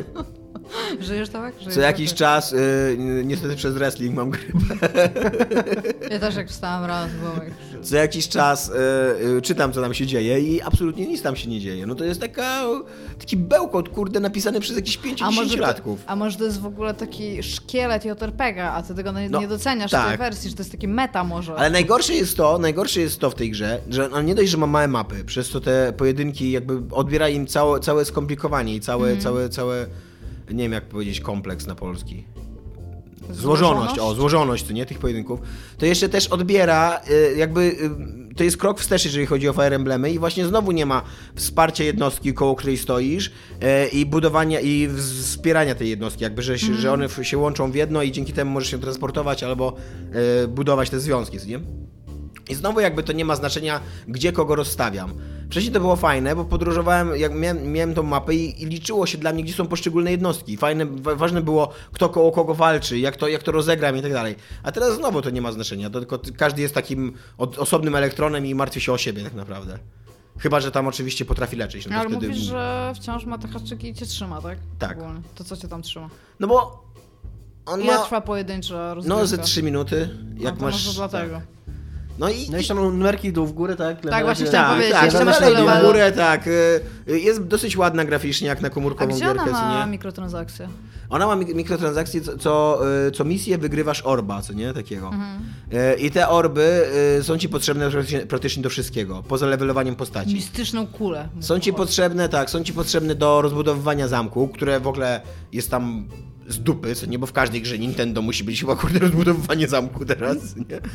Żyjesz tak? Żyjesz Co jakiś tak. czas, y, niestety przez wrestling mam grypę. Ja też jak wstałam rano, to było jak... Co jakiś czas y, y, czytam, co tam się dzieje i absolutnie nic tam się nie dzieje. No to jest taka, taki bełkot, kurde, napisany przez jakieś A może, pięćdziesięciolatków. to, a może to jest w ogóle taki szkielet J R P G, a ty tego nie, No, nie doceniasz w tej tak. wersji, że to jest taki meta może. Ale najgorsze jest to, najgorsze jest to w tej grze, że on nie dość, że ma małe mapy, przez to te pojedynki jakby odbiera im całe, całe skomplikowanie i całe, Mhm. całe, całe, nie wiem jak powiedzieć, kompleks na polski. Złożoność? Złożoność, o, złożoność, to nie, tych pojedynków, to jeszcze też odbiera, y, jakby, y, to jest krok wstecz, jeżeli chodzi o Fire Emblemy i właśnie znowu nie ma wsparcia jednostki, koło której stoisz y, i budowania, i wspierania tej jednostki, jakby, że, się- że one f- się łączą w jedno i dzięki temu możesz się transportować albo y, budować te związki, nie? I znowu jakby to nie ma znaczenia, gdzie kogo rozstawiam. Wcześniej to było fajne, bo podróżowałem, jak miałem, miałem tą mapę i, i liczyło się dla mnie, gdzie są poszczególne jednostki. Fajne, wa- ważne było, kto koło kogo walczy, jak to, jak to rozegram i tak dalej. A teraz znowu to nie ma znaczenia, to tylko ty- każdy jest takim od, osobnym elektronem i martwi się o siebie tak naprawdę. Chyba, że tam oczywiście potrafi leczyć. No, to Ale wtedy... mówisz, że wciąż ma te haczyki i cię trzyma, tak? Tak. Ogólnie. To co cię tam trzyma? no bo on Ile ma... trwa pojedyncza rozgrywka? No ze trzy minuty, jak no, to masz... może dlatego. Tak. No i... No i tam numerki dół w górę, tak? Tak, właśnie Level- chciałam Tak, powiedzieć, tak, jeszcze tam masz dalej level. w górę, tak. y, Jest dosyć ładna graficznie, jak na A komórkową gdzie ona gierkę, co ma nie? mikrotransakcje? Ona ma mik- mikrotransakcje, co, co, y, co misję wygrywasz orba, co nie? Takiego. Mhm. Y, I te orby y, są ci potrzebne praktycznie, praktycznie do wszystkiego, poza levelowaniem postaci. Mistyczną kulę. Są ci potrzebne, tak, są ci potrzebne do rozbudowywania zamku, które w ogóle jest tam z dupy, co nie, bo w każdej grze Nintendo musi być chyba kurde rozbudowywanie zamku teraz, nie?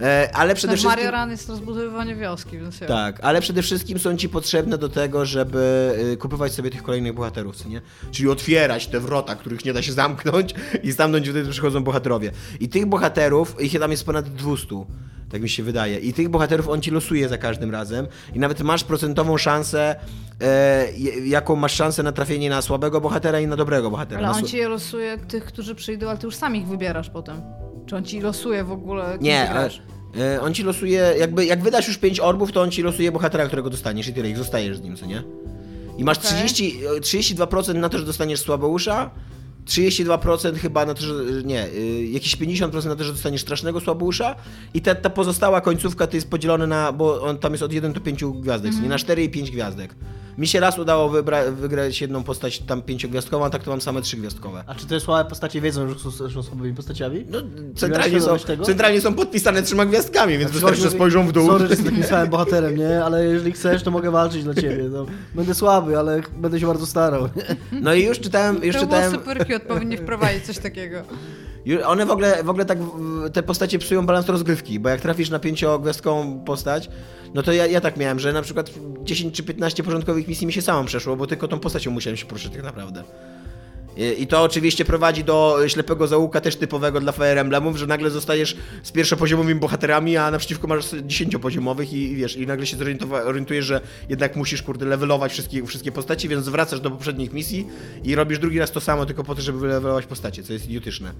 E, ale przede No, wszystkim... Mario Run jest rozbudowywanie wioski, więc ja. Tak, ale przede wszystkim są ci potrzebne do tego, żeby y, kupować sobie tych kolejnych bohaterów, co nie? Czyli otwierać te wrota, których nie da się zamknąć i stamtąd wtedy przychodzą bohaterowie. I tych bohaterów, ich tam jest ponad dwieście, tak mi się wydaje. I tych bohaterów on ci losuje za każdym razem i nawet masz procentową szansę, e, jaką masz szansę na trafienie na słabego bohatera i na dobrego bohatera. Ale Na on sł- ci je losuje tych, którzy przyjdą, ale ty już sam ich wybierasz potem. Czy on ci losuje w ogóle, kim Nie, ty ale, grasz? e, on ci losuje, jakby jak wydasz już pięć orbów, to on ci losuje bohatera, którego dostaniesz i tyle, ich zostajesz z nim, co nie? I masz Okej. trzydzieści, trzydzieści dwa procent na to, że dostaniesz Słabeusza, trzydzieści dwa procent chyba na to, że nie, y, jakieś pięćdziesiąt procent na to, że dostaniesz strasznego Słabeusza i ta, ta pozostała końcówka to jest podzielone na, bo on tam jest od jeden do pięciu gwiazdek, mm-hmm. nie na cztery i pięć gwiazdek. Mi się raz udało wybra- wygrać jedną postać tam pięciogwiazdkową, a tak to mam same trzygwiazdkowe. A czy te słabe postacie wiedzą, że są, że są słabymi postaciami? No, centralnie są, tego? centralnie są podpisane trzema gwiazdkami, więc wystarczy, że Mówi, spojrzą w dół. Sorry, że jestem takim samym bohaterem, nie? Ale jeżeli chcesz, to mogę walczyć dla ciebie. No, będę słaby, ale będę się bardzo starał. Nie? No i już czytałem, już To było czytałem... super cute, powinni wprowadzić coś takiego. Ju- One w ogóle, w ogóle tak, w- te postacie psują balans rozgrywki, bo jak trafisz na pięciogwiazdkową postać, no to ja, ja tak miałem, że na przykład dziesięć czy piętnaście porządkowych misji mi się samą przeszło, bo tylko tą postacią musiałem się poruszyć tak naprawdę. I, I to oczywiście prowadzi do ślepego zaułka też typowego dla Fire Emblemów, że nagle zostajesz z pierwszopoziomowymi bohaterami, a naprzeciwko masz dziesięciopoziomowych i, i wiesz, i nagle się zorientowa- orientujesz, że jednak musisz, kurde, levelować wszystkie, wszystkie postaci, więc wracasz do poprzednich misji i robisz drugi raz to samo tylko po to, żeby wylevelować postacie, co jest idiotyczne.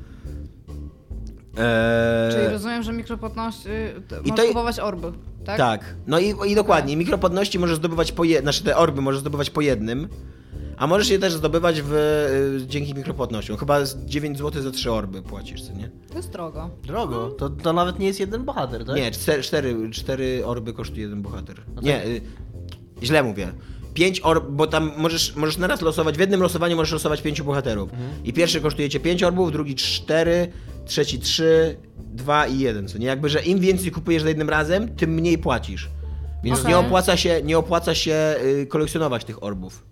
Eee... Czyli rozumiem, że mikropłatności I możesz to- kupować orby, tak? Tak, no i, i dokładnie, mikropłatności możesz zdobywać po jednym, znaczy te orby możesz zdobywać po jednym, a możesz je też zdobywać w, y, dzięki mikropłatnościom. Chyba z dziewięć złotych za trzy orby płacisz, co nie? To jest drogo. Drogo, to, to nawet nie jest jeden bohater, tak? Nie, cztery, cztery, cztery orby kosztuje jeden bohater. No Nie, tak. y, źle mówię. Pięć orb, bo tam możesz, możesz naraz losować, w jednym losowaniu możesz losować pięciu bohaterów. Mhm. I pierwszy kosztuje cię pięć orbów, drugi cztery, trzeci trzy, dwa i jeden, co nie? Jakby, że im więcej kupujesz za jednym razem, tym mniej płacisz. Więc Okej. nie opłaca się, nie opłaca się y, kolekcjonować tych orbów.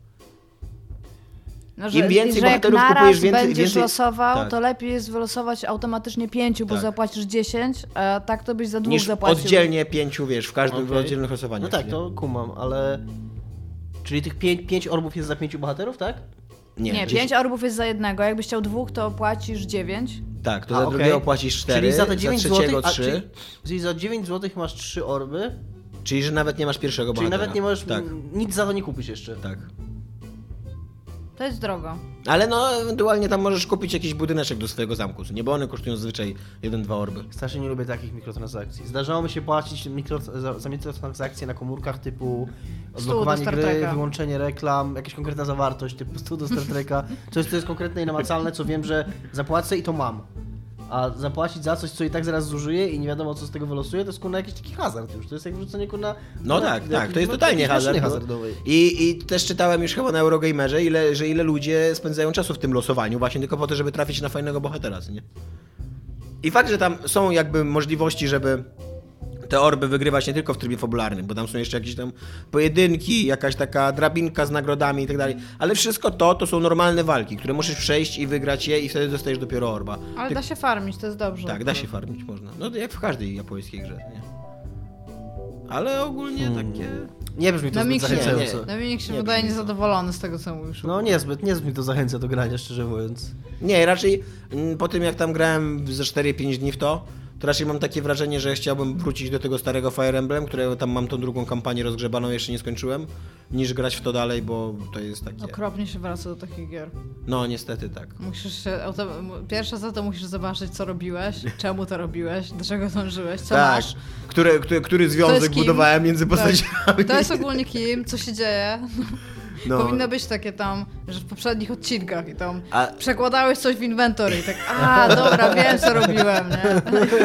No, Im więcej że jak bohaterów naraz kupujesz, więcej- będziesz więcej- losował, tak. to lepiej jest wylosować automatycznie pięciu, bo Tak. zapłacisz dziesięć, a tak to byś za dwóch Niż zapłacił. oddzielnie pięciu, wiesz, w każdym Okej. oddzielnych losowaniach. No tak, nie? to kumam, ale... Czyli tych pięć, pięć orbów jest za pięciu bohaterów, tak? Nie, Nie, gdzieś- pięć orbów jest za jednego, jakbyś chciał dwóch, to płacisz dziewięć. Tak, to A, za okej. drugiego płacisz cztery, Czyli za te za dziewięć trzeciego złotych, a, trzy. czyli, czyli za dziewięć złotych masz trzy orby, Czyli, że nawet nie masz pierwszego czyli bohatera. nawet nie możesz Tak, m, nic za to nie kupić jeszcze. tak. To jest drogo. Ale no, ewentualnie tam możesz kupić jakiś budyneczek do swojego zamku, co nie? Bo one kosztują zazwyczaj jeden, dwa orby. Strasznie nie lubię takich mikrotransakcji. Zdarzało mi się płacić mikro, za, za mikrotransakcje na komórkach typu odblokowanie Star gry, Treka. wyłączenie reklam, jakaś konkretna zawartość typu stu do Star Treka. Coś, co jest konkretne i namacalne, co wiem, że zapłacę i to mam. A zapłacić za coś, co i tak zaraz zużyję i nie wiadomo, co z tego wylosuje, to jest kurna jakiś taki hazard już. To jest jak wrzucenie kurna... No tak, jak- tak, to jest no, totalnie jakiejś maszyny hazard. hazardowej. I, I też czytałem już chyba na Eurogamerze, ile, że ile ludzie spędzają czasu w tym losowaniu, właśnie tylko po to, żeby trafić na fajnego bohatera, co nie? I fakt, że tam są jakby możliwości, żeby te orby wygrywać nie tylko w trybie fabularnym, bo tam są jeszcze jakieś tam pojedynki, jakaś taka drabinka z nagrodami i tak dalej, ale wszystko to, to są normalne walki, które musisz przejść i wygrać je i wtedy dostajesz dopiero orba. Ale Ty- da się farmić, to jest dobrze. Tak, da się farmić, można. No jak w każdej japońskiej grze, nie? Ale ogólnie Hmm. takie... Nie brzmi to zbyt Dominik się, zachęcająco. nie. Dominik się Nie wydaje brzmi to. niezadowolony z tego, co mówisz. No niezbyt, niezbyt mi to zachęca do grania, szczerze mówiąc. Nie, raczej mm, po tym jak tam grałem ze cztery pięć dni w to, to raczej mam takie wrażenie, że chciałbym wrócić do tego starego Fire Emblem, które tam mam tą drugą kampanię rozgrzebaną, jeszcze nie skończyłem, niż grać w to dalej, bo to jest takie... Okropnie się wraca do takich gier. No niestety tak. Musisz się, auto, pierwsze za to musisz zobaczyć, co robiłeś, czemu to robiłeś, do czego dążyłeś, co tak, masz. który, który, który To związek jest kim? budowałem między Tak. postaciami. To jest ogólnie kim, co się dzieje. No. Powinno być takie tam, że w poprzednich odcinkach i tam A- przekładałeś coś w inventory i tak, a dobra, wiem co robiłem, nie?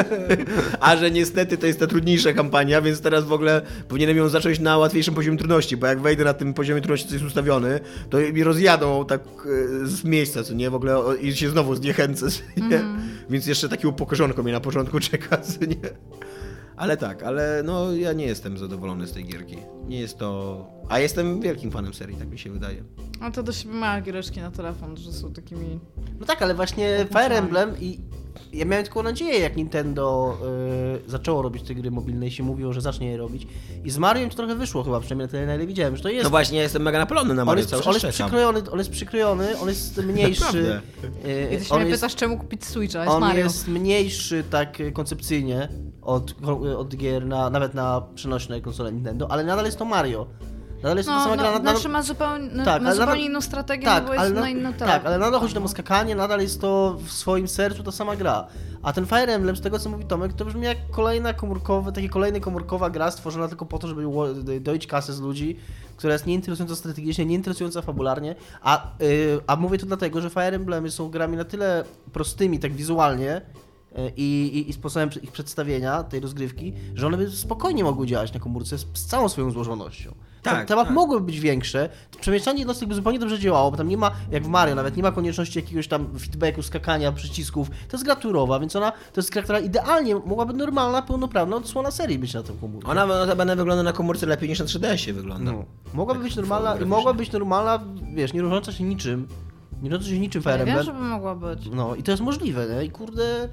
A że niestety to jest ta trudniejsza kampania, więc teraz w ogóle powinienem ją zacząć na łatwiejszym poziomie trudności, bo jak wejdę na tym poziomie trudności, co jest ustawiony, to mi rozjadą tak e, z miejsca, co nie, w ogóle o, i się znowu zniechęcę, co nie? Więc jeszcze takie upokorzonko mnie na początku czeka, co nie? Ale tak, ale no ja nie jestem zadowolony z tej gierki. Nie jest to... A jestem wielkim fanem serii, tak mi się wydaje. No to do siebie małe giereczki na telefon, że są takimi... No tak, ale właśnie Fire Emblem i ja miałem tylko nadzieję, jak Nintendo y, zaczęło robić te gry mobilne i się mówiło, że zacznie je robić. I z Mario to trochę wyszło chyba, przynajmniej na tyle, na ile widziałem, że to jest... No właśnie, ja jestem mega napalony na on Mario, jest, cały on, czas jest czekam. przykrojony, on jest przykrojony, on jest mniejszy. y, I ty się on mnie jest, pytasz, czemu kupić Switcha, jest on Mario. jest mniejszy tak y, koncepcyjnie od, od gier, na, nawet na przenośne konsole Nintendo, ale nadal jest to Mario. Nadal jest to ta No, sama no, gra. Nadal, znaczy ma zupełnie, no, Tak, ma ale zupełnie nadal- inną strategię, tak, no bo jest ale na na- inną tak, ale nadal chodzi tam o skakanie, nadal jest to w swoim sercu ta sama gra. A ten Fire Emblem, z tego co mówi Tomek, to brzmi jak kolejna komórkowa, takie kolejna komórkowa gra stworzona tylko po to, żeby ło- dojść kasę z ludzi, która jest nieinteresująca strategicznie, nieinteresująca fabularnie, a, yy, a mówię to dlatego, że Fire Emblemy są grami na tyle prostymi, tak wizualnie, i, i, i sposobem ich przedstawienia, tej rozgrywki, że one by spokojnie mogły działać na komórce z, z całą swoją złożonością. Tak, Te mapy tak. mogłyby być większe, przemieszczanie jednostek by zupełnie dobrze działało, bo tam nie ma, jak w Mario nawet, nie ma konieczności jakiegoś tam feedbacku, skakania, przycisków. To jest gra turowa, więc ona, to jest gra, która idealnie mogłaby normalna, pełnoprawna odsłona serii być na tą komórkę. Ona notabene wygląda na komórce lepiej niż na trzy D S-ie wygląda. No. Mogłaby Tak być normalna i fotograficznie. mogła być normalna, wiesz, nie różniąca się niczym, nie różniąca się niczym Fire Ja wiem, Emblem. żeby mogła być. No i to jest możliwe, nie? I kurde...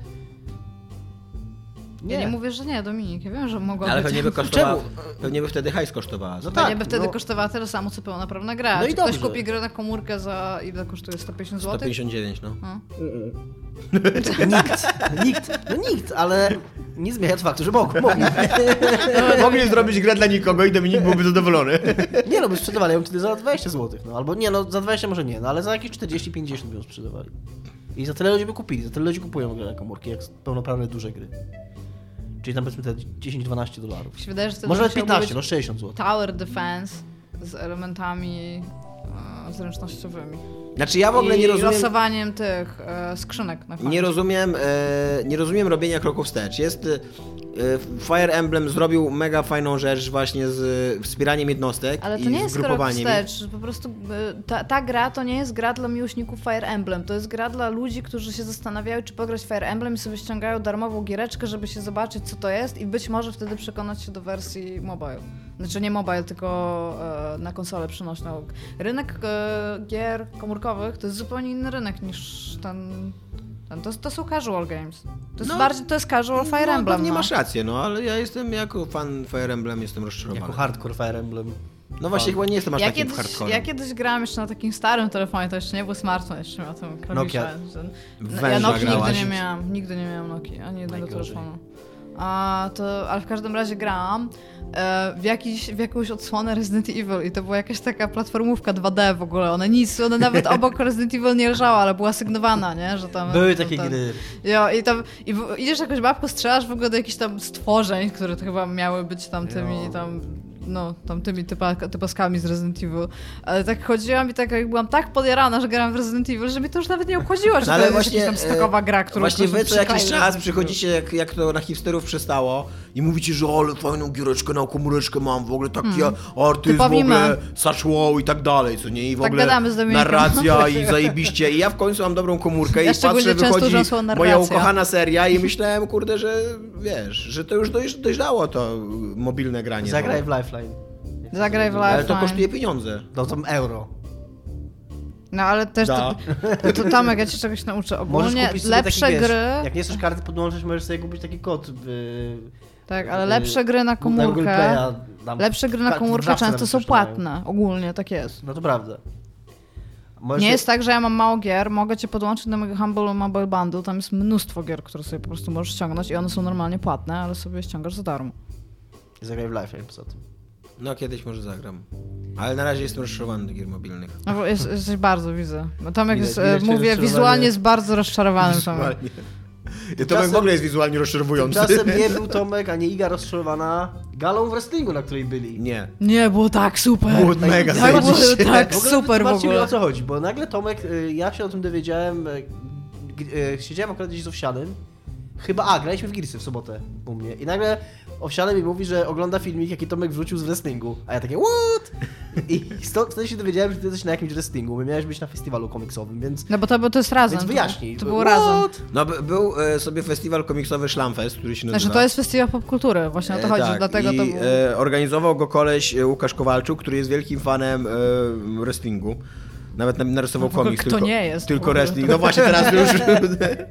Ja nie mówię, że nie, Dominik, ja wiem, że mogła Ale być. pewnie by kosztowała, Czemu? pewnie by wtedy hajs kosztowała. No Pewnie tak, by wtedy no. kosztowała tyle samo, co pełnoprawna gra. No i Czy ktoś dobrze. kupi grę na komórkę za ile kosztuje? sto pięćdziesiąt sto złotych? pięćdziesiąt dziewięć, no. No. Nikt, nikt, no nikt, ale nie zmienia to faktu, że mogli. mogli. Mogli zrobić grę dla nikogo i Dominik byłby zadowolony. Nie no, by sprzedawali ją wtedy za dwadzieścia złotych, no albo nie, no za dwadzieścia może nie, no ale za jakieś czterdzieści pięćdziesiąt by ją sprzedawali. I za tyle ludzi by kupili, za tyle ludzi kupują grę na komórki, jak pełnoprawne duże gry. Czyli tam powiedzmy te dziesięć dwanaście dolarów. Mi się wydaje, że wtedy Może nawet musiałby piętnaście, być no sześćdziesiąt złotych. Tower Defense z elementami e, zręcznościowymi. Znaczy ja w ogóle I nie rozumiem... losowaniem tych e, skrzynek na koniec. Nie rozumiem, e, nie rozumiem robienia kroków wstecz. Jest e, Fire Emblem zrobił mega fajną rzecz właśnie z e, wspieraniem jednostek Ale to i nie jest krok zgrupowaniem. wstecz, po prostu y, ta, ta gra to nie jest gra dla miłośników Fire Emblem, to jest gra dla ludzi, którzy się zastanawiają, czy pograć w Fire Emblem i sobie ściągają darmową giereczkę, żeby się zobaczyć, co to jest i być może wtedy przekonać się do wersji mobile. Znaczy nie mobile, tylko e, na konsolę przenośną. Rynek e, gier komórkowych to jest zupełnie inny rynek niż ten... ten to, to są casual games. To jest No, bardziej, to jest casual Fire no, Emblem. Nie no. masz rację, no ale ja jestem jako fan Fire Emblem jestem rozczarowany. Jako hardcore Fire Emblem. No właśnie chyba nie jestem aż Ja takim kiedyś, hardcorem. ja kiedyś grałam jeszcze na takim starym telefonie, to jeszcze nie był smartfon, jeszcze miał tą klawiszę. Nokia. że- Węża Ja Nokii nigdy grałaś. nie miałam, nigdy nie miałam Nokii, ani jednego Najgorzej. telefonu. A to, ale w każdym razie grałam e, w, jakiś, w jakąś odsłonę Resident Evil i to była jakaś taka platformówka dwa D w ogóle, ona nic, ona nawet obok Resident Evil nie leżała, ale była sygnowana, nie, że tam... Były to, takie to, gry. Jo, i tam, i w, idziesz jakąś babką, strzelasz w ogóle do jakichś tam stworzeń, które to chyba miały być tam tymi, Jo. tam, no, tam tymi typa, typaskami z Resident Evil. Ale tak chodziłam i tak jak byłam tak podjarana, że grałam w Resident Evil, że mi to już nawet nie obchodziło, że No, ale to jest właśnie, jakaś tam stokowa gra, którą Właśnie ktoś wy co jakiś przykleił czas Resident Evil. przychodzicie, jak, jak to na hipsterów przystało i mówicie, że ale fajną giereczkę na komóreczkę mam, w ogóle taki hmm. artyzm, w Typowi ogóle my. such wow i tak dalej, co nie? I w Tak ogóle gadamy z Dominikiem. narracja i zajebiście. I ja w końcu mam dobrą komórkę Ja i szczególnie patrzę, często wychodzi używam słowa moja narracja. ukochana seria i myślałem, kurde, że wiesz, że to już dojrz, dojrzało to mobilne granie. Zagraj no. w Lifeline. Zagraj w Ale to Lifeline. kosztuje pieniądze. No tam euro. No ale też Da. to, to Tomek, ja cię czegoś nauczę. Możesz Ogólnie kupić sobie lepsze taki, wiesz, gry, jak nie chcesz karty podłączyć, możesz sobie kupić taki kod w... tak, ale w- lepsze gry na na Google komórkę, Playa, tam lepsze gry na karty w komórkę drzawce często nawet są kosztują. płatne. Ogólnie, tak jest. No to prawda. Możesz Nie sobie- jest tak, że ja mam mało gier, mogę cię podłączyć do mojego Humble Mobile Bundle, tam jest mnóstwo gier, które sobie po prostu możesz ściągnąć i one są normalnie płatne, ale sobie ściągasz za darmo. Zagraj w Lifeline poza tym. No kiedyś może zagram. Ale na razie jestem rozczarowany do gier mobilnych. No bo jest, jesteś bardzo, widzę. Bo Tomek Widać, jest, widać e, cię mówię, rozczarowanie. wizualnie jest bardzo rozczarowany. Tomek. Wizualnie. Ja Tomek Tymczasem- w ogóle jest wizualnie rozczarowujący. Tymczasem nie był Tomek, ani Iga rozczarowana galą w wrestlingu, na której byli. Nie. Nie, było tak super. Było mega tak, było zajebiście. tak W ogóle super w wytłumaczcie mi, ogóle. o co chodzi, bo nagle Tomek, y, ja się o tym dowiedziałem, y, g- y, siedziałem akurat gdzieś z Owsianym, chyba, a, graliśmy w Gearsy w sobotę u mnie i nagle Owsiany mi mówi, że ogląda filmik, jaki Tomek wrzucił z wrestlingu, a ja takie, what? I stąd wtedy się dowiedziałem, że ty jesteś na jakimś wrestlingu, my miałeś być na festiwalu komiksowym, więc, No bo to, bo to jest razem. więc wyjaśnij. To, to było What? razem. No by- był e, sobie festiwal komiksowy Szlamfest, który się nazywa. Znaczy to jest festiwal popkultury, właśnie o to E, chodzi, tak, dlatego i, to było... e, organizował go koleś e, Łukasz Kowalczuk, który jest wielkim fanem e, wrestlingu. Nawet na- narysował No w ogóle komiks, kto tylko, nie jest w tylko ogóle? wrestling. No właśnie teraz już...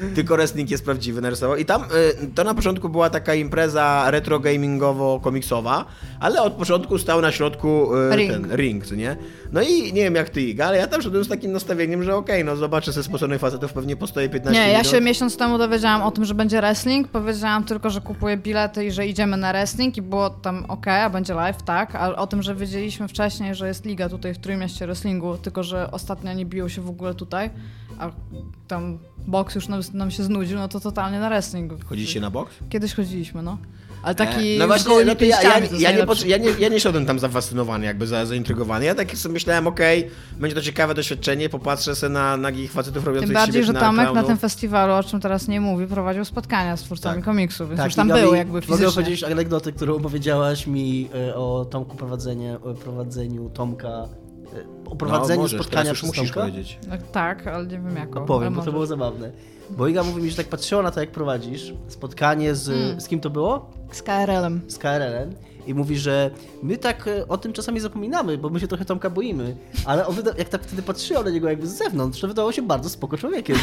tylko wrestling jest prawdziwy, narysował. I tam y, to na początku była taka impreza retro gamingowo-komiksowa, ale od początku stał na środku y, Ring. ten ring, co nie? No i nie wiem jak ty, Iga, ale ja tam szedłem z takim nastawieniem, że okej, okay, no zobaczę ze sposobnych facetów, pewnie postoję piętnaście Nie, minut. ja się miesiąc temu dowiedziałam o tym, że będzie wrestling, powiedziałam tylko, że kupuję bilety i że idziemy na wrestling i było tam okej, a będzie live, tak, ale o tym, że wiedzieliśmy wcześniej, że jest liga tutaj w Trójmieście Wrestlingu, tylko że ostatnio nie biją się w ogóle tutaj, a tam boks już nam, nam się znudził, no to totalnie na wrestling. Chodzicie na boks? Kiedyś chodziliśmy, no. Ale taki No właśnie, gołymi no to ja, ja, pięściami, to jest ja, nie, najlepsze. potrze- ja, nie, ja nie szedłem tam zafascynowany, jakby za, zaintrygowany. Ja tak sobie myślałem, okej, okay, będzie to ciekawe doświadczenie, popatrzę sobie na nagich facetów robiących Tym bardziej, siebie że na Tomek na klaunów. tym festiwalu, o czym teraz nie mówi, prowadził spotkania z twórcami Tak. komiksu, więc Tak, już tam Iga, był mi- jakby Mogę fizycznie. opowiedzieć anegdotę, którą opowiedziałaś mi e, o Tomku prowadzenie, o prowadzeniu Tomka, e, o prowadzeniu no, możesz, spotkania teraz już przez musisz Tomka. powiedzieć. No, tak, ale nie wiem jaką. No powiem, ale bo to możesz. było zabawne. Bo Iga mówi mi, że tak patrzyła na to, jak prowadzisz spotkanie z... Mm. Z kim to było? Z K R L-em. Z K R L-em. I mówi, że my tak e, o tym czasami zapominamy, bo my się trochę Tomka boimy. Ale on wyda- jak tak wtedy patrzyła na niego jakby z zewnątrz, to wydawało się bardzo spoko człowiekiem.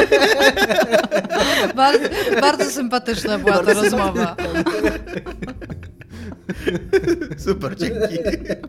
Bardzo, bardzo sympatyczna była ta Bardzo rozmowa. Super, dzięki.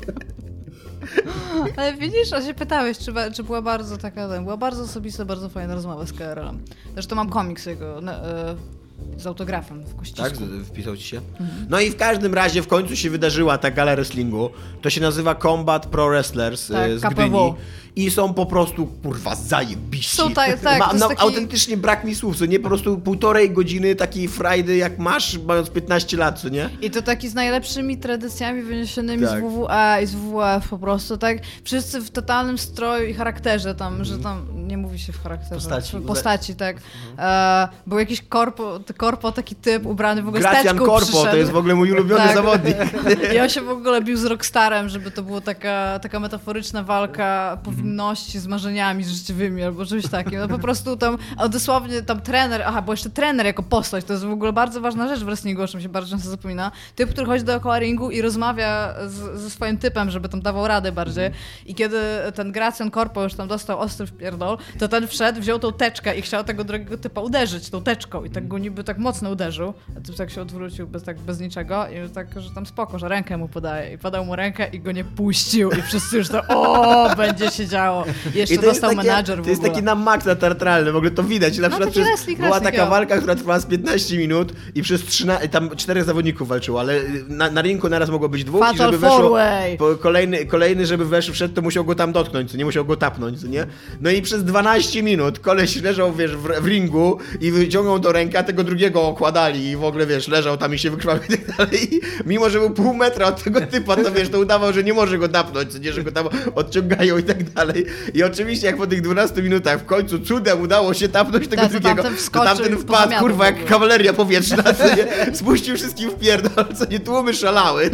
Ale widzisz, a się pytałeś, czy, ba- czy była bardzo taka, była bardzo osobista, bardzo fajna rozmowa z K R L-em. Zresztą mam komiks jego na, e, z autografem w kościsku. Tak, z- wpisał ci się? No i w każdym razie w końcu się wydarzyła ta gala wrestlingu. To się nazywa Combat Pro Wrestlers Tak, e, z K P W. Gdyni. I są po prostu, kurwa, zajebiści. Są tak- tak, Ma, to jest no, taki- autentycznie brak mi słów, co nie? Po prostu półtorej godziny takiej frajdy jak masz, mając piętnaście lat, co nie? I to taki z najlepszymi tradycjami wyniesionymi Tak. z W W E i z W W F po prostu, tak? Wszyscy w totalnym stroju i charakterze tam, że tam, nie mówi się w charakterze. Postaci. W postaci, tak. E, był jakiś korpo, korpo, taki typ ubrany w ogóle z Gracjan teczką Corpo, przyszedł. to jest w ogóle mój ulubiony Tak. zawodnik. I on się w ogóle bił z Rockstarem, żeby to była taka, taka metaforyczna walka powinności z marzeniami życiowymi albo czymś takim. No po prostu tam, a dosłownie tam trener, aha, bo jeszcze trener jako postać, to jest w ogóle bardzo ważna rzecz w wrestlingu, o czym się bardzo często zapomina. Typ, który chodzi dookoła ringu i rozmawia z, ze swoim typem, żeby tam dawał radę bardziej. I kiedy ten Gracjan Corpo już tam dostał ostry wpierdol, to ten wszedł, wziął tą teczkę i chciał tego drogiego typa uderzyć tą teczką i tak go niby tak mocno uderzył, a typ tak się odwrócił bez, tak, bez niczego i tak, że tam spoko, że rękę mu podaje i podał mu rękę i go nie puścił i wszyscy już to o, będzie się działo. I jeszcze I to jest dostał takie, menadżer w To jest ogóle. taki na maksa teatralny, w ogóle to widać. Na No, przykład taki przez, wrestling, była wrestling, taka jo. walka, która trwała z piętnaście minut i przez trzynaście, tam czterech zawodników walczyło, ale na, na rynku naraz mogło być dwóch Fatal i żeby weszło, four-way. po, kolejny, kolejny, żeby weszł, wszedł, to musiał go tam dotknąć, co nie musiał go tapnąć, co nie? No i przez dwanaście minut koleś leżał, wiesz, w, w ringu i wyciągnął do ręki, a tego drugiego okładali i w ogóle, wiesz, leżał tam i się wykrwawiał i tak dalej. I mimo, że był pół metra od tego typa, to wiesz, to udawał, że nie może go tapnąć, co nie, że go tam odciągają i tak dalej. I oczywiście jak po tych dwunastu minutach w końcu cudem udało się tapnąć tego Tak, to drugiego, tamten to wskoczył tamten i wpadł, pozamiatał kurwa, w jak ogóle. kawaleria powietrzna, co nie? Spuścił wszystkim w pierdol, co nie, tłumy szalały.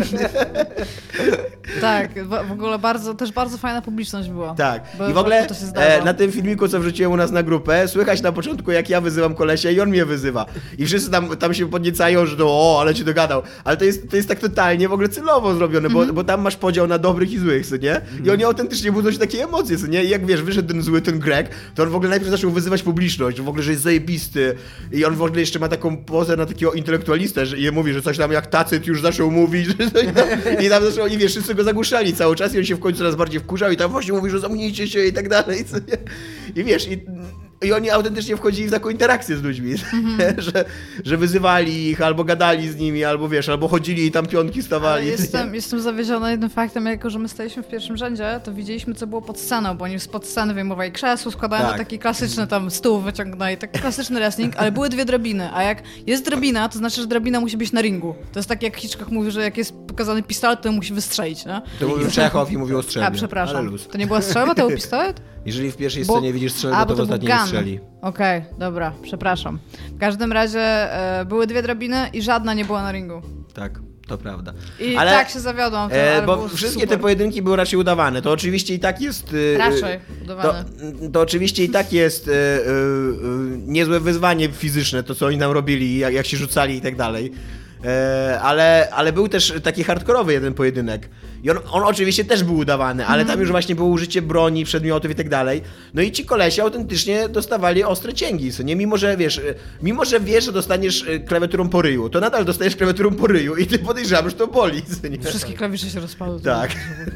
Tak, w w ogóle bardzo, też bardzo fajna publiczność była. Tak. Bo I w ogóle rzadko to się zdarza. e, na tym filmiku, co wrzuciłem u nas na grupę, słychać na początku, jak ja wyzywam kolesia i on mnie wyzywa. I wszyscy tam, tam się podniecają, że to o, ale cię dogadał. Ale to jest, to jest tak totalnie w ogóle celowo zrobione, bo, bo tam masz podział na dobrych i złych, co nie? I oni autentycznie budzą się takie emocje, co nie? I jak wiesz, wyszedł ten zły, ten Greg, to on w ogóle najpierw zaczął wyzywać publiczność, że w ogóle, że jest zajebisty. I on w ogóle jeszcze ma taką pozę na takiego intelektualistę, że i mówi, że coś tam jak Tacyt już zaczął mówić, że coś tam, i tam zaczął, i wiesz, wszyscy go zagłuszali cały czas i on się w końcu coraz bardziej wkurzał i tam właśnie mówi, że zamknijcie się i tak dalej, co nie? I wiesz, i, i oni autentycznie wchodzili w taką interakcję z ludźmi, Mhm. że, że wyzywali ich, albo gadali z nimi, albo wiesz, albo chodzili i tam pionki Ale stawali. jestem, jestem zawiedziona jednym faktem, jako że my staliśmy w pierwszym rzędzie, to widzieliśmy, co było pod sceną, bo oni spod sceny wyjmowali krzesło, składają Tak. na taki klasyczny tam stół, wyciągnęli, taki klasyczny wrestling, ale były dwie drabiny, a jak jest drabina, to znaczy, że drabina musi być na ringu. To jest tak, jak Hitchcock mówi, że jak jest pokazany pistolet, to musi wystrzelić, no? To mówił Czechow i mówił o strzelbie. A, przepraszam. Ale luz. To nie była strzelba, to był pistolet? Jeżeli w pierwszej Bo- scenie widzisz strzelbę, A, to bo w to był ostatniej nie gun. strzeli. Okej, dobra, przepraszam. W każdym razie e, były dwie drabiny i żadna nie była na ringu. Tak, to prawda. I Ale- tak się zawiodłam. To, E, ale bo było wszystkie super. te pojedynki były raczej udawane. To oczywiście i tak jest. e, Raczej To, udawane. to oczywiście i tak jest e, e, e, niezłe wyzwanie fizyczne, to co oni nam robili, jak, jak się rzucali i tak dalej. E, ale, ale był też taki hardkorowy jeden pojedynek. I on, on oczywiście też był udawany, ale tam już właśnie było użycie broni, przedmiotów i tak dalej. No i ci kolesie autentycznie dostawali ostre cięgi, co nie? Mimo, że wiesz, mimo, że wiesz, że dostaniesz klawiaturą po ryju, to nadal dostajesz klawiaturą po ryju i ty podejrzewam, że to boli, co nie? Wszystkie klawisze się rozpadły. Tak.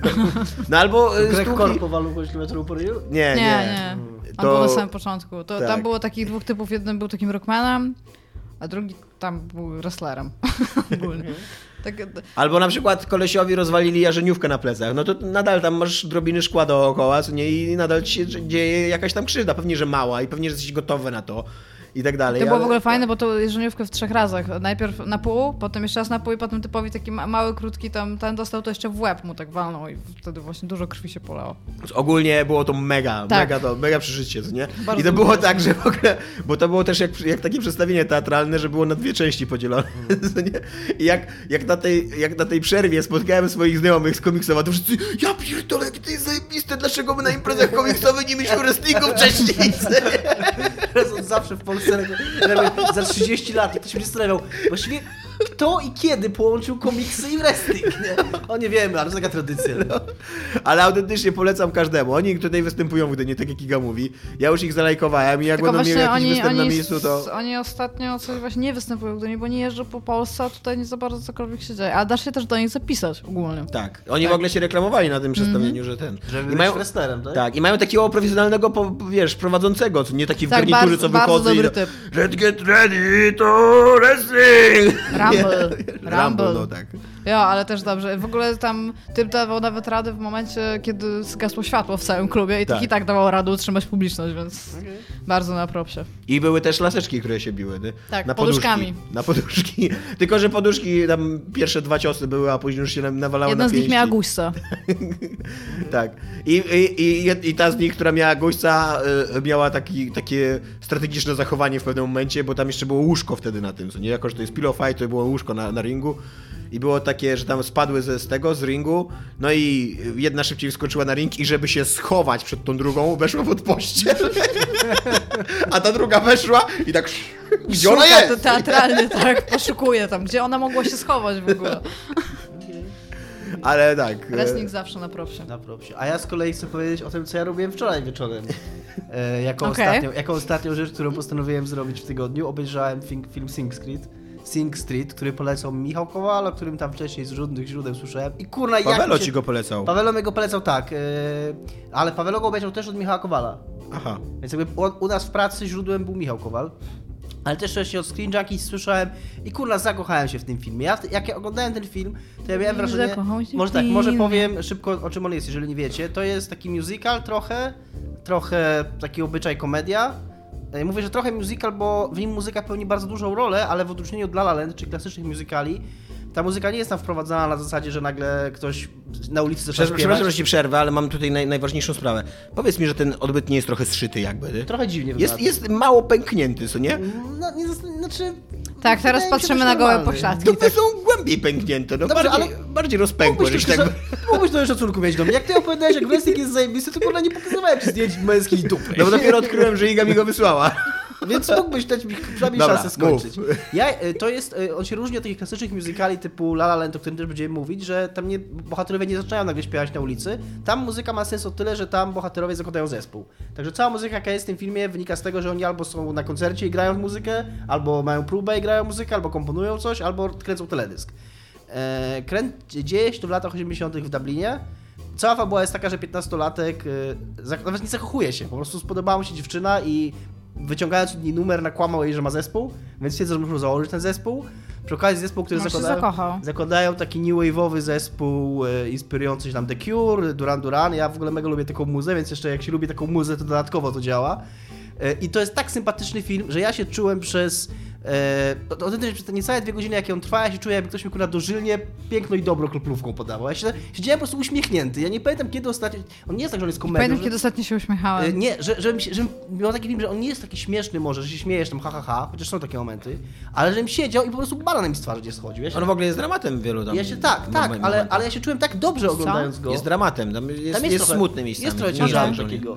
No albo e, Greg sztuki... Core powalił kogoś kilometrów po ryju? Nie, Nie, nie. nie. On To- był na samym początku. To, Tak. Tam było takich dwóch typów. Jeden był takim rockmanem, a drugi tam był wrestlerem. Ogólnie. Tak, Albo na przykład kolesiowi rozwalili jarzeniówkę na plecach, no to nadal tam masz drobiny szkła dookoła, co nie, i nadal ci się dzieje jakaś tam krzywda, pewnie, że mała i pewnie, że jesteś gotowy na to i tak dalej. to było ale- w ogóle fajne, bo to jeżdżeniówkę w trzech razach. Najpierw na pół, potem jeszcze raz na pół i potem typowi taki ma- mały, krótki tam, ten dostał to jeszcze w łeb mu tak walnął i wtedy właśnie dużo krwi się polało. Ogólnie było to mega, Tak. mega to, mega przeżycie, co nie? Bardzo I to było dużo. tak, że w ogóle, bo to było też jak, jak takie przedstawienie teatralne, że było na dwie części podzielone, co nie? I jak, jak, na tej, jak na tej przerwie spotkałem swoich znajomych z komiksowa, to wszyscy, ja pierdolę, jakie to jest zajebiste, dlaczego my na imprezach komiksowych nie mieliśmy wrestlingu wcześniej? Teraz on zawsze w Polsce robi za trzydzieści lat i ktoś mnie zastanawiał, właściwie kto i kiedy połączył komiksy i wrestling, nie? O nie wiemy, ale to taka tradycja. No. Ale autentycznie polecam każdemu. Oni tutaj występują w Gdyni, tak jak Iga mówi. Ja już ich zalajkowałem i jak Tylko będą mieli właśnie jakiś oni, występ na oni, miejscu, to... oni ostatnio coś właśnie nie występują w Gdyni, bo nie jeżdżą po Polsce, a tutaj nie za bardzo cokolwiek się dzieje. A da się też do nich zapisać ogólnie. Tak. Oni w ogóle się reklamowali na tym przedstawieniu, że ten... Żeby I być wrestlerem, tak? Tak, i mają takiego profesjonalnego, po, wiesz, prowadzącego, co nie taki w Tak, garniturze, bardzo- co bardzo wychodzi dobry i... typ. Że get ready to wrestling! Rumble. Rumble, Rumble. no tak. Ja, ale też dobrze. W ogóle tam typ dawał nawet radę w momencie, kiedy zgasło światło w całym klubie i tak, Tak. i tak dawał radę utrzymać publiczność, więc bardzo na propsie. I były też laseczki, które się biły, nie? Tak, na poduszkami. Poduszki. Na poduszki. Tylko, że poduszki, tam pierwsze dwa ciosy były, a później już się nam- nawalało Jedna na z nich pięści. miała guźca. Tak. I, i, i, I ta z nich, która miała gościa, y, miała taki, takie strategiczne zachowanie w pewnym momencie, bo tam jeszcze było łóżko wtedy na tym, co nie? Jako, że to jest pillow fight, to było łóżko na, na ringu. I było takie, że tam spadły ze, z tego, z ringu, no i jedna szybciej wskoczyła na ring i żeby się schować przed tą drugą, weszła pod pościel. A ta druga weszła i tak, gdzie ona Szuka jest? to teatralnie, tak, poszukuje tam, gdzie ona mogła się schować w ogóle. Ale tak. e, Wrestling zawsze na propsie. Na propsie. A ja z kolei chcę powiedzieć o tym, co ja robiłem wczoraj wieczorem. E, jako, Okej. ostatnią, jako ostatnią rzecz, którą postanowiłem zrobić w tygodniu, obejrzałem film, film Sing Street. Sing Street, który polecał Michał Kowal, o którym tam wcześniej z różnych źródeł słyszałem. I kurna, jak Pawelo mi się... ci go polecał. Pawelo mi go polecał, tak. E, ale Pawelo go obejrzał też od Michała Kowala. Aha. Więc jakby u, u nas w pracy źródłem był Michał Kowal. Ale też wcześniej od Screen Junkies słyszałem i kurna, zakochałem się w tym filmie. Ja, jak ja oglądałem ten film, to ja miałem wrażenie... Zakochał się w Może tak, może filmie. powiem szybko, o czym on jest, jeżeli nie wiecie. To jest taki musical trochę, trochę taki obyczaj komedia. E, Mówię, że trochę musical, bo w nim muzyka pełni bardzo dużą rolę, ale w odróżnieniu od La La Land, czy klasycznych musicali, ta muzyka nie jest tam wprowadzana na zasadzie, że nagle ktoś na ulicy zaczyna Przepraszam, śpiewać. przepraszam, że ci przerwę, ale mam tutaj naj, najważniejszą sprawę. Powiedz mi, że ten odbyt nie jest trochę zszyty jakby, nie? Trochę dziwnie Jest, wygląda. jest mało pęknięty, co nie? No, nie, zas- znaczy... Tak, teraz wydaje mi się patrzymy dość na gołe normalny. pośladki. Dupy Tak. są głębiej pęknięte, no Dobrze, bardziej, bardziej rozpękłe, Mógłbyś, że troszkę tak... za- mógłbyś trochę szacunku mieć do mnie. Jak ty opowiadałeś, jak wrestling jest zajebisty, to kurwa nie pokazywałem ci zdjęć męskiej dupy. No bo dopiero odkryłem, że Iga mi go wysłała. Więc mógłbyś dać mi przynajmniej Dobra, szansę skończyć. mów. Ja, y, to jest, y, on się różni od takich klasycznych musicali typu La La Land, o którym też będziemy mówić, że tam nie, bohaterowie nie zaczynają nagle śpiewać na ulicy. Tam muzyka ma sens o tyle, że tam bohaterowie zakładają zespół. Także cała muzyka, jaka jest w tym filmie, wynika z tego, że oni albo są na koncercie i grają muzykę, albo mają próbę i grają muzykę, albo komponują coś, albo kręcą teledysk. E, krę... Dzieje się to w latach osiemdziesiątych w Dublinie. Cała fabuła jest taka, że piętnastolatek y, za- nawet nie zakochuje się, po prostu spodobała mu się dziewczyna i wyciągając od niej numer nakłamał jej, że ma zespół, więc wiedzą, że muszą założyć ten zespół. Przy okazji zespół, który No, się zakładają, zakochał. zakładają taki new wave'owy zespół e, inspirujący się tam The Cure, Duran Duran. Ja w ogóle mega lubię taką muzę, więc jeszcze jak się lubi taką muzę, to dodatkowo to działa. E, I to jest tak sympatyczny film, że ja się czułem przez E, autentycznie przez te niecałe dwie godziny, jakie on trwa, ja się czuję, jakby ktoś mi kurwa dożylnie piękno i dobro kroplówką podawał. Ja się siedziałem po prostu uśmiechnięty. Ja nie pamiętam, kiedy ostatnio... On nie jest tak, że on jest komedią. Pamiętam, że... kiedy ostatnio się E, uśmiechałem. Nie, że, że, mi się- że miał taki film, że on nie jest taki śmieszny może, że się śmiejesz tam ha ha ha, chociaż są takie momenty, ale żebym siedział i po prostu bananem mi z twarzy nie schodził. Ja się, On w ogóle jest dramatem wielu tam. ja się tak, mo- tak, mo- ale, momentach. ale ja się czułem tak dobrze oglądając go. Jest dramatem, tam jest, jest, Tam jest trochę- smutny miejscami. Jest trochę Nie ciężaru jest takiego.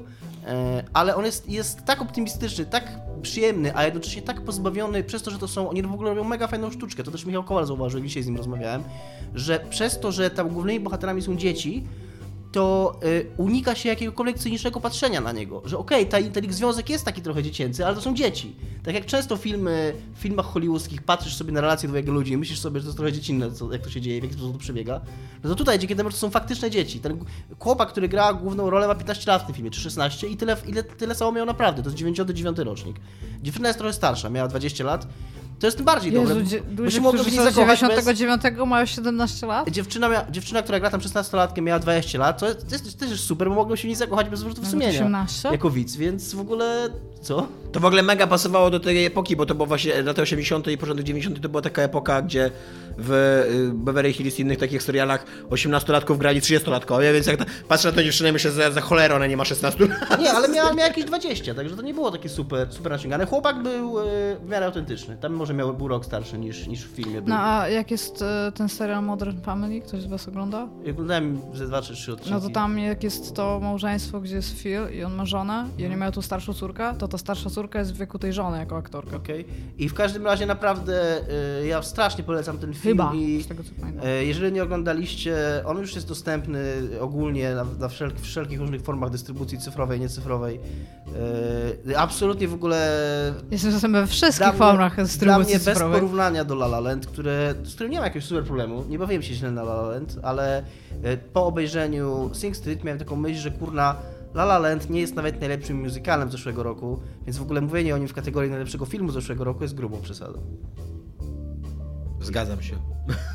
E, ale on jest, jest tak optymistyczny, tak przyjemny, a jednocześnie tak pozbawiony przez to, że to są, oni w ogóle robią mega fajną sztuczkę, to też Michał Kowal zauważył, jak dzisiaj z nim rozmawiałem, że przez to, że tam głównymi bohaterami są dzieci, to y, unika się jakiegokolwiek cynicznego patrzenia na niego, że okej, okay, ten ich związek jest taki trochę dziecięcy, ale to są dzieci. Tak jak często filmy, w filmach hollywoodzkich patrzysz sobie na relacje dwojego ludzi i myślisz sobie, że to jest trochę dziecinne, co, jak to się dzieje, w jaki sposób to przebiega, no to tutaj dzięki temu, że to są faktyczne dzieci. Ten chłopak, który gra główną rolę, ma piętnaście lat w tym filmie, czy szesnaście i tyle, ile, tyle samo miał naprawdę, to jest dziewięćdziesiąty dziewiąty rocznik. Dziewczyna jest trochę starsza, miała dwadzieścia lat. To jest tym bardziej Jezu, dobre. dzie- Bo ludzie, się mogą którzy w niej są z zakochać, bo dziewięćdziesiątego jest... dziewiątego mają siedemnaście lat? Dziewczyna, mia... Dziewczyna, która gra tam szesnastolatkę, miała dwadzieścia lat, to jest, to jest też jest super, bo mogą się w niej zakochać bez wyrzutów sumienia. osiemnaście? Jako widz, więc w ogóle... Co? To w ogóle mega pasowało do tej epoki, bo to było właśnie lata osiemdziesiąte i początek dziewięćdziesiątych to była taka epoka, gdzie w y, Beverly Hills i innych takich serialach osiemnastolatków grali trzydziestolatkowie, więc jak ta, patrzę na tę dziewczynę, myślę, że za, za cholerę ona nie ma szesnastu lat. Nie, ale miała, miała jakieś dwadzieścia, także to nie było takie super, super naciągane. Chłopak był y, w miarę autentyczny. Tam może miał, był rok starszy niż, niż w filmie. Był. No a jak jest e, ten serial Modern Family? Ktoś z was ogląda? Ja oglądałem ze dwa czy trzy odcinki. No to tam jak jest to małżeństwo, gdzie jest Phil i on ma żonę i oni mają tu starszą córkę, to ta starsza córka jest w wieku tej żony jako aktorka. Okej. I w każdym razie naprawdę y, ja strasznie polecam ten film. Chyba, I z tego co pamiętam. y, jeżeli nie oglądaliście, on już jest dostępny ogólnie na, na wszelk, wszelkich różnych formach dystrybucji cyfrowej, niecyfrowej. Y, absolutnie w ogóle... Jestem czasem we wszystkich Dla mnie- formach Dla dystrybucji mnie bez cyfrowej. porównania do La La Land, które, z którym nie ma jakiegoś super problemu, nie bawiłem się źle na La La Land, ale e, po obejrzeniu Sing Street miałem taką myśl, że kurna, La La Land nie jest nawet najlepszym musicalem z zeszłego roku, więc w ogóle mówienie o nim w kategorii najlepszego filmu z zeszłego roku jest grubą przesadą. Zgadzam się.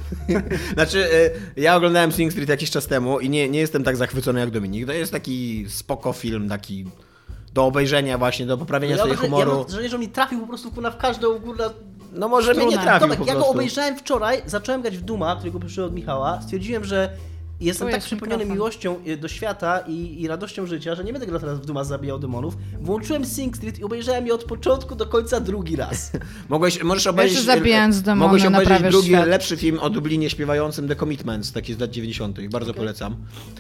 Znaczy, y, ja oglądałem Sing Street jakiś czas temu i nie, nie jestem tak zachwycony jak Dominik. To jest taki spoko film, taki do obejrzenia właśnie, do poprawienia Ja swojego mam humoru. ja mam wrażenie, że on mi trafił po prostu kurna w każdą kurna... No może mnie nie Strunę. trafił Tomek, po ja go prostu. obejrzałem wczoraj, zacząłem grać w Duma, którego przyszedł od Michała, stwierdziłem, że jestem Tu tak jest przepełniony mikrofon. miłością y, do świata i, i radością życia, że nie będę grał teraz w Duma Zabijał Demonów. Włączyłem Sing Street i obejrzałem je od początku do końca drugi raz. Mogłeś, możesz obejrzeć, zabijając demony, mogłeś obejrzeć naprawiasz drugi, świat. lepszy film o Dublinie śpiewającym The Commitments, taki z lat dziewięćdziesiątych. Bardzo Okay. polecam.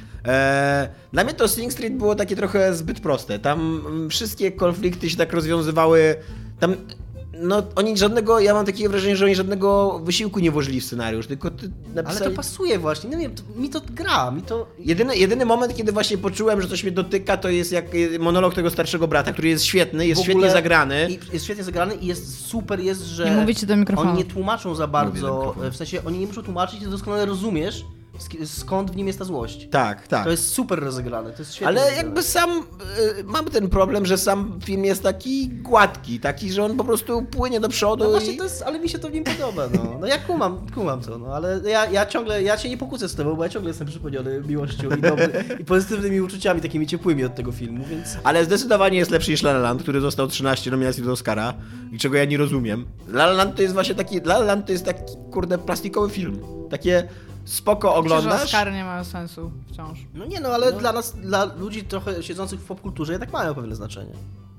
E, dla mnie to Sing Street było takie trochę zbyt proste. Tam mm, wszystkie konflikty się tak rozwiązywały. Tam, no oni żadnego, ja mam takie wrażenie, że oni żadnego wysiłku nie włożyli w scenariusz, tylko ty napisali... Ale to pasuje właśnie, nie wiem, to, mi to gra, mi to... Jedyny, jedyny moment, kiedy właśnie poczułem, że coś mnie dotyka, to jest jak monolog tego starszego brata, który jest świetny, jest w ogóle- świetnie zagrany. I jest świetnie zagrany i jest super, jest, że... Nie mówicie do mikrofonu. Oni nie tłumaczą za Mówię do bardzo, mikrofonu. w sensie oni nie muszą tłumaczyć, ty doskonale rozumiesz, sk- skąd w nim jest ta złość. Tak, tak. To jest super rozegrane, to jest świetnie Ale rozegrane. jakby sam y, mam ten problem, że sam film jest taki gładki, taki, że on po prostu płynie do przodu No właśnie, i... to jest, ale mi się to w nim podoba, no. No ja kumam, kumam to, no, ale ja, ja ciągle, ja cię nie pokłócę z tobą, bo ja ciągle jestem przypomniony miłością i, dobry, i pozytywnymi uczuciami takimi ciepłymi od tego filmu, więc... Ale zdecydowanie jest lepszy niż La La Land, który dostał trzynaście nominacji do Oscara i czego ja nie rozumiem. La La Land to jest właśnie taki, La La Land to jest taki, kurde, plastikowy film. Takie spoko Myślę, że oglądasz. Oscary nie mają sensu wciąż. No nie no, ale dla nas, dla ludzi trochę siedzących w popkulturze jednak mają pewne znaczenie.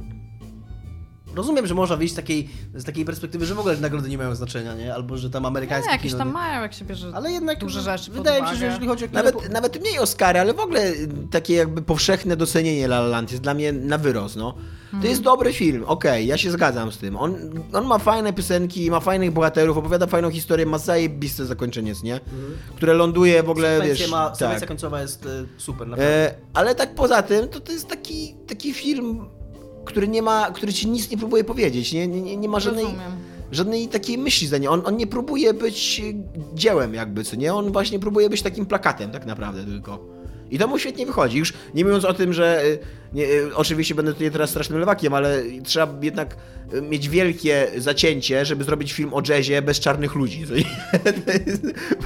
Rozumiem, że można wyjść z takiej, z takiej perspektywy, że w ogóle nagrody nie mają znaczenia, nie? Albo że tam Nie, amerykańskie jakieś kino... tam nie- mają, jak się bierze Ale jednak duże rzeczy wydaje pod mi się, że uwagę. jeżeli chodzi o kino... Nawet, nawet mniej Oscary, ale w ogóle y, takie jakby powszechne docenienie La La Land jest dla mnie na wyrost, no. To jest dobry film, okej, ja się zgadzam z tym. On, on ma fajne piosenki, ma fajnych bohaterów, opowiada fajną historię, ma zajebiste zakończenie, nie? Które ląduje w ogóle, Sekwencja wiesz... ma, tak. sekwencja końcowa jest e, super, naprawdę. E, ale tak poza tym, to to jest taki, taki film, który nie ma, który ci nic nie próbuje powiedzieć, nie, nie, nie ma żadnej... Rozumiem. Żadnej takiej myśli za nie. On, on nie próbuje być dziełem jakby, co nie? On właśnie próbuje być takim plakatem tak naprawdę tylko. I to mu świetnie wychodzi. Już nie mówiąc o tym, że y, nie, y, oczywiście będę tutaj teraz strasznym lewakiem, ale trzeba jednak y, mieć wielkie zacięcie, żeby zrobić film o jazzie bez czarnych ludzi. Co nie? To jest...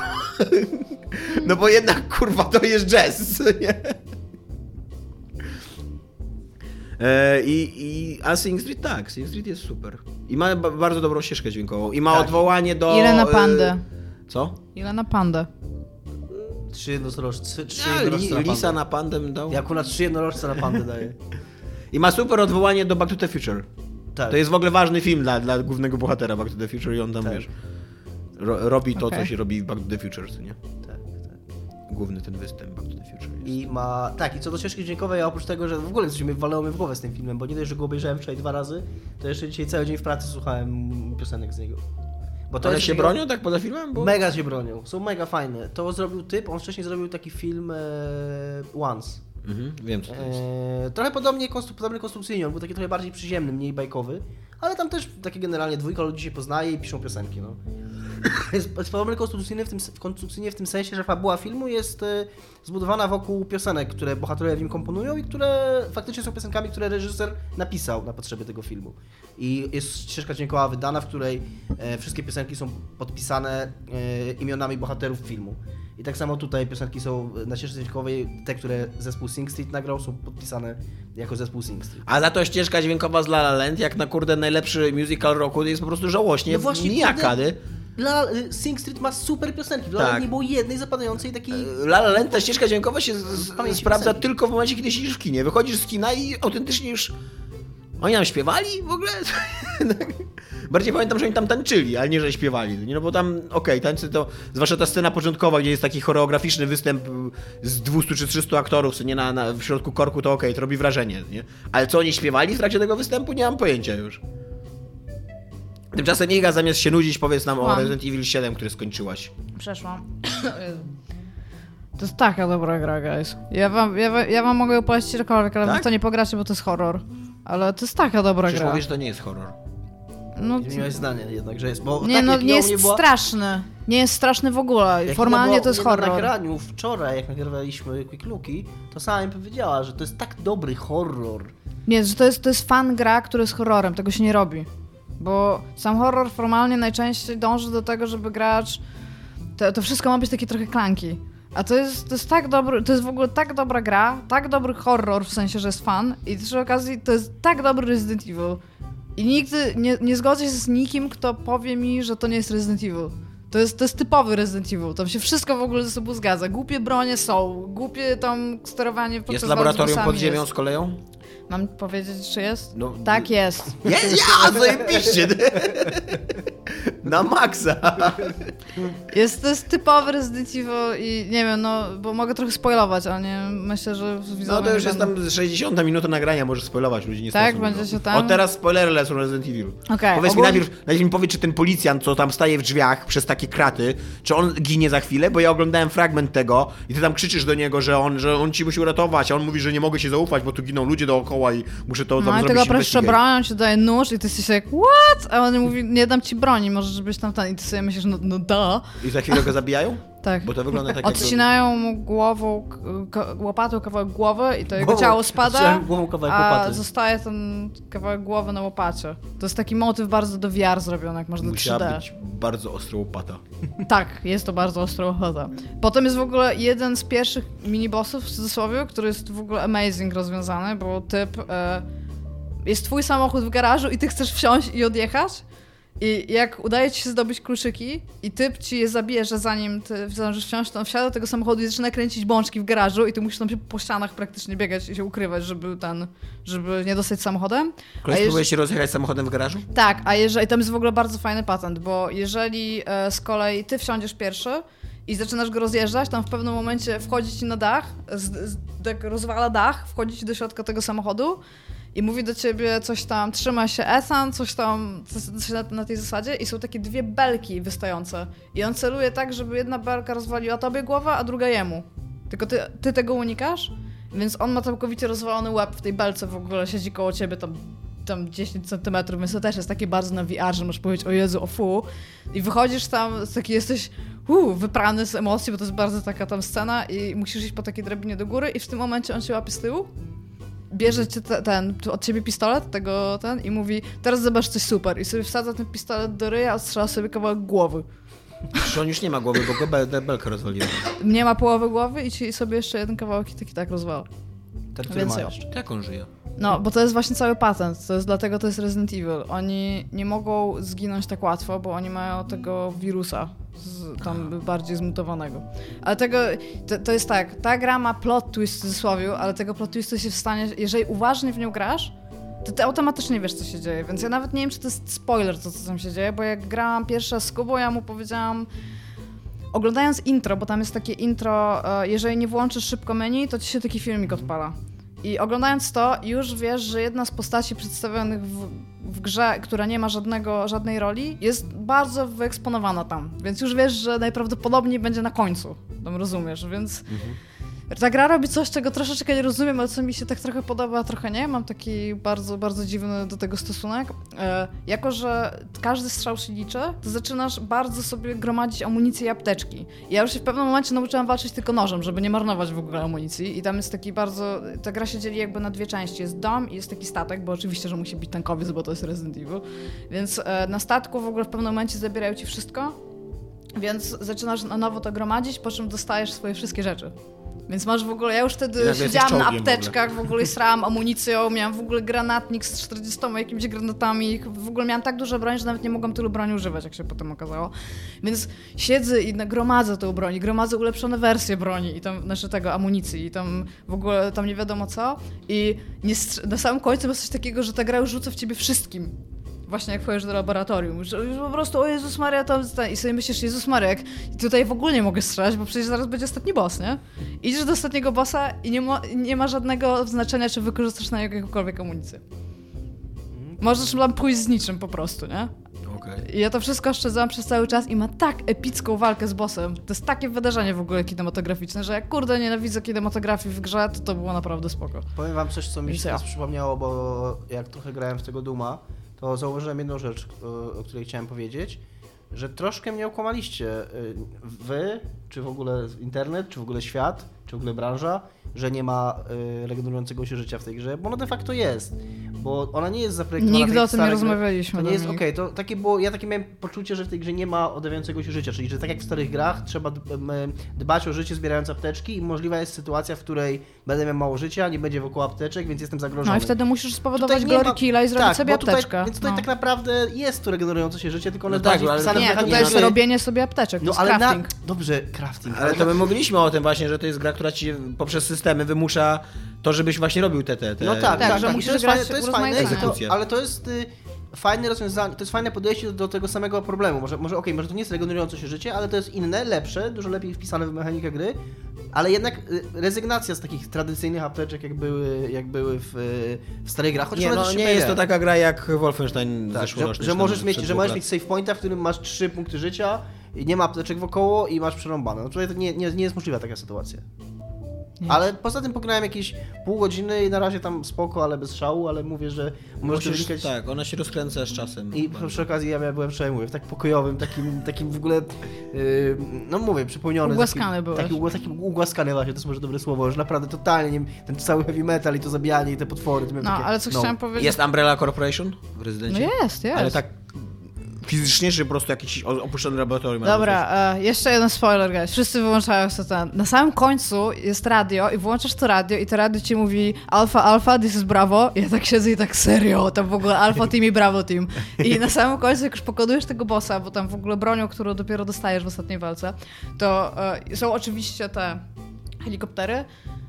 No bo jednak, kurwa, to jest jazz, co nie? E, I, i, a Sing Street tak, Sing Street jest super. I ma ba- bardzo dobrą ścieżkę dźwiękową. I ma Tak. odwołanie do... Ile na e, pandę? Co? Ile na pandę? Trzy jednorożce, trzy Ja, jednorożce li, na pandę. Lisa na pandę bym dał. Ja akurat trzy jednorożce na pandę daję. I ma super odwołanie do Back to the Future. Tak. To jest w ogóle ważny film dla, dla głównego bohatera Back to the Future i on tam, Tak. wiesz, ro, robi to, Okej. co się robi w Back to the Future, co nie? Tak, tak. główny ten występ Back to the Future jest. I ma... Tak, i co do ścieżki dźwiękowej, ja oprócz tego, że w ogóle coś mi walało mnie w głowę z tym filmem, bo nie dość, że go obejrzałem wczoraj dwa razy, to jeszcze dzisiaj cały dzień w pracy słuchałem piosenek z niego. Bo to Ale jest się takiego... bronią tak poza filmem? Bo... Mega się bronią, są mega fajne. To zrobił typ, on wcześniej zrobił taki film e... Once. Mhm, wiem co to jest. E... Trochę podobnie konstru... podobny konstrukcyjnie, on był taki trochę bardziej przyziemny, mniej bajkowy, ale tam też takie generalnie dwójka ludzi się poznaje i piszą piosenki, no. Jest, jest podobny konstrukcyjny w, tym, konstrukcyjnie w tym sensie, że fabuła filmu jest e, zbudowana wokół piosenek, które bohaterowie w nim komponują i które faktycznie są piosenkami, które reżyser napisał na potrzeby tego filmu. I jest ścieżka dźwiękowa wydana, w której e, wszystkie piosenki są podpisane e, imionami bohaterów filmu. I tak samo tutaj piosenki są na ścieżce dźwiękowej, te, które zespół Sing Street nagrał, są podpisane jako zespół Sing Street. A za to ścieżka dźwiękowa z La La Land, jak na kurde najlepszy musical roku, jest po prostu żałośnie, No właśnie, nijaka, kurde, nie? La, Sing Street ma super piosenki, dla Tak. nie było jednej zapadającej takiej... La La Land, ta ścieżka dźwiękowa się z, Pamięci sprawdza piosenki. tylko w momencie, kiedy siedzisz w kinie. Wychodzisz z kina i autentycznie już... Oni tam śpiewali w ogóle? Bardziej pamiętam, że oni tam tańczyli, ale nie, że śpiewali. Nie, no bo tam, okej, okay, tańcy to... Zwłaszcza ta scena początkowa, gdzie jest taki choreograficzny występ z dwieście czy trzysta aktorów, co nie na, na, w środku korku, to okej, okay, to robi wrażenie, nie? Ale co oni śpiewali w trakcie tego występu? Nie mam pojęcia już. Tymczasem Iga, zamiast się nudzić, powiedz nam o Mam. Resident Evil siedem, który skończyłaś. Przeszłam. To jest taka dobra gra, guys. Ja wam, ja wam, ja wam mogę ją polecić cokolwiek, ale Tak? wy to nie pogracie, bo to jest horror. Ale to jest taka dobra Przecież gra. mówisz, że to nie jest horror. No, Zmieniłaś zdanie jednak, że jest, bo nie, tak no jak nie ją jest nie było, straszny. Nie jest straszny w ogóle. jak Formalnie ona to jest była horror. Na nagraniu wczoraj, jak nagrywaliśmy Quick Looki, to sama mi powiedziała, że to jest tak dobry horror. Nie, że to jest, to jest fan gra, który jest horrorem. Tego się nie robi. Bo sam horror formalnie najczęściej dąży do tego, żeby gracz... To, to wszystko ma być takie trochę klanki. A to jest, to jest tak dobry, to jest w ogóle tak dobra gra, tak dobry horror, w sensie, że jest fan i przy okazji to jest tak dobry Resident Evil. I nigdy nie, nie zgodzę się z nikim, kto powie mi, że to nie jest Resident Evil. To jest, to jest typowy Resident Evil, tam się wszystko w ogóle ze sobą zgadza. Głupie bronie są, głupie tam sterowanie podczas Jest walk z laboratorium bossami pod ziemią jest. z koleją? Mam powiedzieć, czy jest? No, Tak jest. Ja, ja zajebiście! Na maksa! Jest, to jest typowy Resident Evil i nie wiem, no, bo mogę trochę spoilować, ale nie, myślę, że widzowie No to już nie jest będą... tam sześćdziesiąta minuta nagrania, możesz spoilować, ludzi nie Tak, stresuj, będzie no. się tam- Od teraz spoilery lecą Resident Evil. Okej, Powiedz ogólnie- mi najpierw, najpierw mi powiedz, czy ten policjant, co tam staje w drzwiach przez takie kraty, czy on ginie za chwilę, bo ja oglądałem fragment tego i ty tam krzyczysz do niego, że on, że on ci musi uratować, a on mówi, że nie mogę się zaufać, bo tu giną ludzie dookoła i muszę to tam No i zrobić tego proszę investigate. bronią, ci daje nóż i ty jesteś jak, what? A on mówi, nie dam ci broni, możesz być tam ten. I ty sobie myślisz, no, no da. I za chwilę go zabijają? Tak. Bo to wygląda tak jak... Odcinają mu głową, k- k- łopatą kawałek głowy i to jego Głową- ciało spada, odcinałem głową kawałek a łopaty. zostaje ten kawałek głowy na łopacie. To jest taki motyw bardzo do V R zrobiony, jak masz do trzy D. Musiała być bardzo ostra łopata. Tak, jest to bardzo ostra ochota. Potem jest w ogóle jeden z pierwszych minibossów w cudzysłowie, który jest w ogóle amazing rozwiązany, bo typ... E, jest twój samochód w garażu i ty chcesz wsiąść i odjechać i jak udaje ci się zdobyć kluczyki i typ ci je zabierze, zanim ty zdążysz wsiąść, to on wsiada do tego samochodu i zaczyna kręcić bączki w garażu i ty musisz tam się po ścianach praktycznie biegać i się ukrywać, żeby ten, żeby nie dostać samochodem. Koleś jeż- próbuje się rozjechać samochodem w garażu? tak, a jeżeli, tam jest w ogóle bardzo fajny patent, bo jeżeli e, z kolei ty wsiądziesz pierwszy i zaczynasz go rozjeżdżać, tam w pewnym momencie wchodzi ci na dach, z, z, tak rozwala dach, wchodzi ci do środka tego samochodu i mówi do ciebie coś tam, trzyma się Ethan, coś tam coś na, na tej zasadzie i są takie dwie belki wystające i on celuje tak, żeby jedna belka rozwaliła tobie głowę, a druga jemu. Tylko ty, ty tego unikasz, więc on ma całkowicie rozwalony łeb w tej belce, w ogóle siedzi koło ciebie tam tam dziesięć centymetrów, więc to też jest takie bardzo na V R, że możesz powiedzieć o Jezu, o fu i wychodzisz tam, taki jesteś uu, wyprany z emocji, bo to jest bardzo taka tam scena i musisz iść po takiej drabinie do góry i w tym momencie on cię łapie z tyłu, bierze cię te, ten, od ciebie pistolet, tego ten i mówi, teraz zobacz coś super i sobie wsadza ten pistolet do ryja, odstrzela sobie kawałek głowy. Przecież on już nie ma głowy, bo go bel, belkę rozwaliła. Nie ma połowy głowy i ci sobie jeszcze jeden kawałek i taki tak rozwala. Ten, który Więcej. ma jeszcze. Jak on żyje? No, bo to jest właśnie cały patent, to jest dlatego to jest Resident Evil. Oni nie mogą zginąć tak łatwo, bo oni mają tego wirusa z, tam bardziej zmutowanego. Ale tego, to, to jest tak, ta gra ma plot twist w cudzysłowie, ale tego plot twistu się w stanie, jeżeli uważnie w nią grasz, to ty automatycznie wiesz, co się dzieje, więc ja nawet nie wiem, czy to jest spoiler, to co tam się dzieje, bo jak grałam pierwsza z Kubą, ja mu powiedziałam, oglądając intro, bo tam jest takie intro, e, jeżeli nie włączysz szybko menu, to ci się taki filmik odpala. I oglądając to, już wiesz, że jedna z postaci przedstawionych w, w grze, która nie ma żadnego, żadnej roli, jest bardzo wyeksponowana tam. Więc już wiesz, że najprawdopodobniej będzie na końcu. Tam rozumiesz, więc... Mhm. Ta gra robi coś, czego troszeczkę nie rozumiem, ale co mi się tak trochę podoba, a trochę nie. Mam taki bardzo, bardzo dziwny do tego stosunek. E, jako, że każdy strzał się liczy, to zaczynasz bardzo sobie gromadzić amunicję i apteczki. I ja już się w pewnym momencie nauczyłam walczyć tylko nożem, żeby nie marnować w ogóle amunicji. I tam jest taki bardzo... Ta gra się dzieli jakby na dwie części. Jest dom i jest taki statek, bo oczywiście, że musi być tankowiec, bo to jest Resident Evil. Więc e, na statku w ogóle w pewnym momencie zabierają ci wszystko, więc zaczynasz na nowo to gromadzić, po czym dostajesz swoje wszystkie rzeczy. Więc masz w ogóle, ja już wtedy siedziałam na apteczkach, w ogóle, w ogóle srałam amunicją, miałam w ogóle granatnik z czterdziestoma jakimiś granatami, w ogóle miałam tak dużo broni, że nawet nie mogłam tylu broni używać, jak się potem okazało. Więc siedzę i gromadzę tą broń, gromadzę ulepszone wersje broni i tam, znaczy tego, amunicji i tam w ogóle tam nie wiadomo co i nie str- na samym końcu jest coś takiego, że ta gra już rzuca w ciebie wszystkim. Właśnie jak wchodzisz do laboratorium, już, już po prostu o Jezus Maria, to i sobie myślisz, Jezus Maria, jak tutaj w ogóle nie mogę strzelać, bo przecież zaraz będzie ostatni boss, nie? Idziesz do ostatniego bossa i nie ma, nie ma żadnego znaczenia, czy wykorzystasz na jakąkolwiek amunicję. Możesz tam pójść z niczym po prostu, nie? Okay. I ja to wszystko oszczędzałam przez cały czas i ma tak epicką walkę z bossem. To jest takie wydarzenie w ogóle kinematograficzne, że jak kurde nienawidzę kinematografii w grze, to to było naprawdę spoko. Powiem wam coś, co mi się ja. teraz przypomniało, bo jak trochę grałem w tego Duma, to zauważyłem jedną rzecz, o której chciałem powiedzieć, że troszkę mnie okłamaliście. Wy, czy w ogóle internet, czy w ogóle świat, czy w ogóle branża, że nie ma y, regenerującego się życia w tej grze, bo ono de facto jest, bo ona nie jest zaprojektowana... Nigdy tak o tym nie stare, rozmawialiśmy. To nie jest okej, okay. to takie było, ja takie miałem poczucie, że w tej grze nie ma odnawiającego się życia, czyli że tak jak w starych grach trzeba dbać o życie zbierając apteczki i możliwa jest sytuacja, w której będę miał mało życia, nie będzie wokół apteczek, więc jestem zagrożony. No i wtedy musisz spowodować Tutaj glory ma... killa i zrobić tak, sobie tutaj, apteczkę. Więc tutaj no. tak naprawdę jest to regenerujące się życie, tylko one no jest bardziej tak, wpisane nie, w mechanizm. tutaj jest robienie sobie apteczek, No to ale jest crafting. na... Dobrze, crafting. Ale to my mówiliśmy o tym właśnie, że to jest gra, która ci poprzez systemy wymusza to, żebyś właśnie robił te, te, te... No tak, tak, tak, że tak. musisz to jest grać fajne, to jest urozmaicenie. fajne, to, Egzekucję. ale to jest y, fajne rozwiązanie, to jest fajne podejście do, do tego samego problemu. Może, może okej, okay, może to nie jest regenerujące się życie, ale to jest inne, lepsze, dużo lepiej wpisane w mechanikę gry, ale jednak y, rezygnacja z takich tradycyjnych apteczek, jak były, jak były w, w starych grach. Nie, no, nie jest to taka gra jak Wolfenstein tak, zeszłoroczny. że, że możesz mieć, że możesz mieć save pointa, w którym masz trzy punkty życia, i nie ma apteczek wokoło i masz przerąbane. No tutaj to nie, nie, nie jest możliwa taka sytuacja. Nie. Ale poza tym pograłem jakieś pół godziny i na razie tam spoko, ale bez szału, ale mówię, że możesz Musisz, wynikać... Tak, ona się rozkręca z czasem. I przy, przy okazji ja byłem wczoraj, mówię, w tak pokojowym, takim, takim w ogóle, yy, no mówię, przypomniony. Ugłaskany taki, byłeś. Taki, taki ugłaskany właśnie, to jest może dobre słowo, że naprawdę totalnie, nie, ten cały heavy metal i to zabijanie i te potwory. To No, takie, ale co no. chciałam powiedzieć... Jest Umbrella Corporation w Rezydencie? No jest, jest. Ale tak fizycznie, czy po prostu jakiś opuszczony laboratorium? Dobra, e, jeszcze jeden spoiler, guys. Wszyscy wyłączają sobie ten. Na samym końcu jest radio i włączasz to radio i to radio ci mówi Alfa, Alfa, this is Bravo. I ja tak siedzę i tak serio, tam w ogóle Alfa Team i Bravo Team. I na samym końcu, jak już pokonujesz tego bossa, bo tam w ogóle bronią, którą dopiero dostajesz w ostatniej walce, to e, są oczywiście te helikoptery,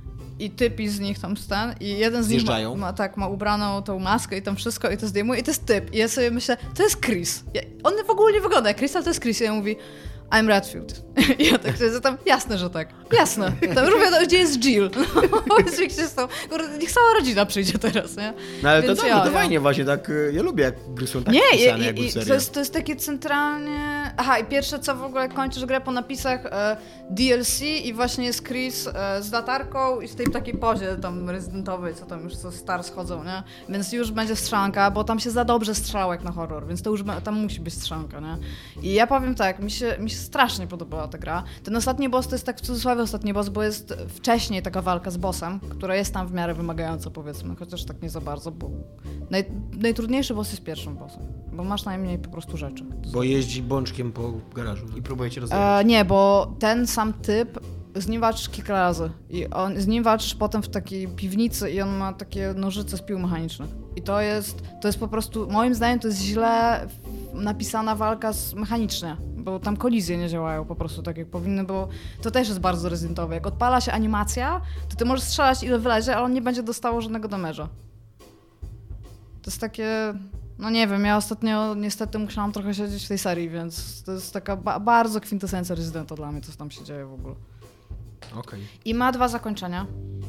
i typi z nich tam stan i jeden z nich ma, ma, tak, ma ubraną tą maskę i tam wszystko i to zdejmuje i to jest typ. I ja sobie myślę, to jest Chris. Ja, on w ogóle nie wygląda jak Chris, ale to jest Chris. I ja mówi, I'm Redfield. I ja tak siedzę tam, jasne, że tak. Jasne. Tam już wiadomo, gdzie jest Jill. No, gdzie są, kurde, niech cała rodzina przyjdzie teraz, nie? No ale Więc to, ja, to ja. fajnie właśnie, tak, ja lubię jak gry są tak nie, pisane, i, jakby i, serio. to, jest, to jest takie centralnie... Aha, i pierwsze co w ogóle kończysz grę po napisach e, D L C i właśnie jest Chris e, z latarką i w tej takiej pozie tam rezydentowej, co tam już co stars chodzą, nie? Więc już będzie strzelanka, bo tam się za dobrze strzela jak na horror, więc to już tam musi być strzelanka, nie? I ja powiem tak, mi się, mi się strasznie podobała ta gra. Ten ostatni boss to jest tak w cudzysłowie ostatni boss, bo jest wcześniej taka walka z bossem, która jest tam w miarę wymagająca, powiedzmy, chociaż tak nie za bardzo, bo naj, najtrudniejszy boss jest pierwszym bossem, bo masz najmniej po prostu rzeczy. Bo jeździ bączkiem po garażu. I próbujecie rozwiązać. E, nie, bo ten sam typ z nim walczysz kilka razy i on, z nim walczysz potem w takiej piwnicy i on ma takie nożyce z pił mechanicznych. I to jest, to jest po prostu, moim zdaniem to jest źle napisana walka z, mechanicznie, bo tam kolizje nie działają po prostu tak jak powinny, bo to też jest bardzo rezydentowe. Jak odpala się animacja, to ty możesz strzelać ile wylezie, ale on nie będzie dostało żadnego damage'a. To jest takie... No nie wiem, ja ostatnio niestety musiałam trochę siedzieć w tej serii, więc to jest taka ba- bardzo kwintesencja Rezydenta dla mnie, co tam się dzieje w ogóle. Okej. Okay. I ma dwa zakończenia,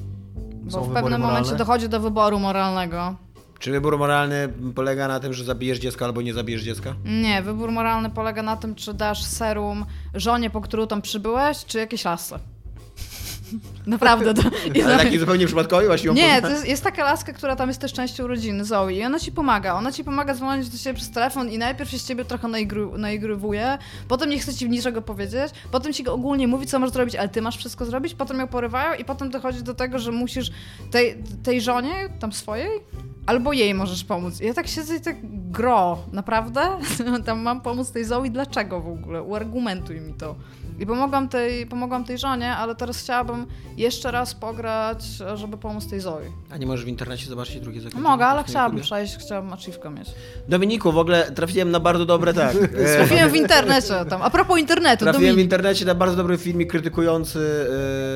bo Są w wybory pewnym moralne? momencie dochodzi do wyboru moralnego. Czy wybór moralny polega na tym, że zabijesz dziecko albo nie zabijesz dziecka? Nie, wybór moralny polega na tym, czy dasz serum żonie, po którą tam przybyłeś, czy jakiejś lasce. Naprawdę. To, i Ale to- taki zupełnie przypadkowy właśnie ją Nie, poznasz? to jest, jest taka laska, która tam jest też częścią rodziny, Zoe, i ona ci pomaga. Ona ci pomaga dzwonić do siebie przez telefon i najpierw się z ciebie trochę naigry, naigrywuje, potem nie chce ci niczego powiedzieć, potem ci ogólnie mówi, co masz zrobić, ale ty masz wszystko zrobić, potem ją porywają i potem dochodzi do tego, że musisz tej, tej żonie, tam swojej, albo jej możesz pomóc. I ja tak siedzę i tak gro, naprawdę? Tam mam pomóc tej Zoe, dlaczego w ogóle? Uargumentuj mi to. I pomogłam tej, pomogłam tej żonie, ale teraz chciałabym jeszcze raz pograć, żeby pomóc tej Zoe. A nie możesz w internecie zobaczyć drugie zakończenie? Mogę, ale Na chciałabym YouTubie? przejść, chciałabym achievkę mieć. Dominiku, w ogóle trafiłem na bardzo dobre, tak. e, Trafiłem w internecie tam. A propos internetu, Trafiłem w Dominik. internecie na bardzo dobry filmik krytykujący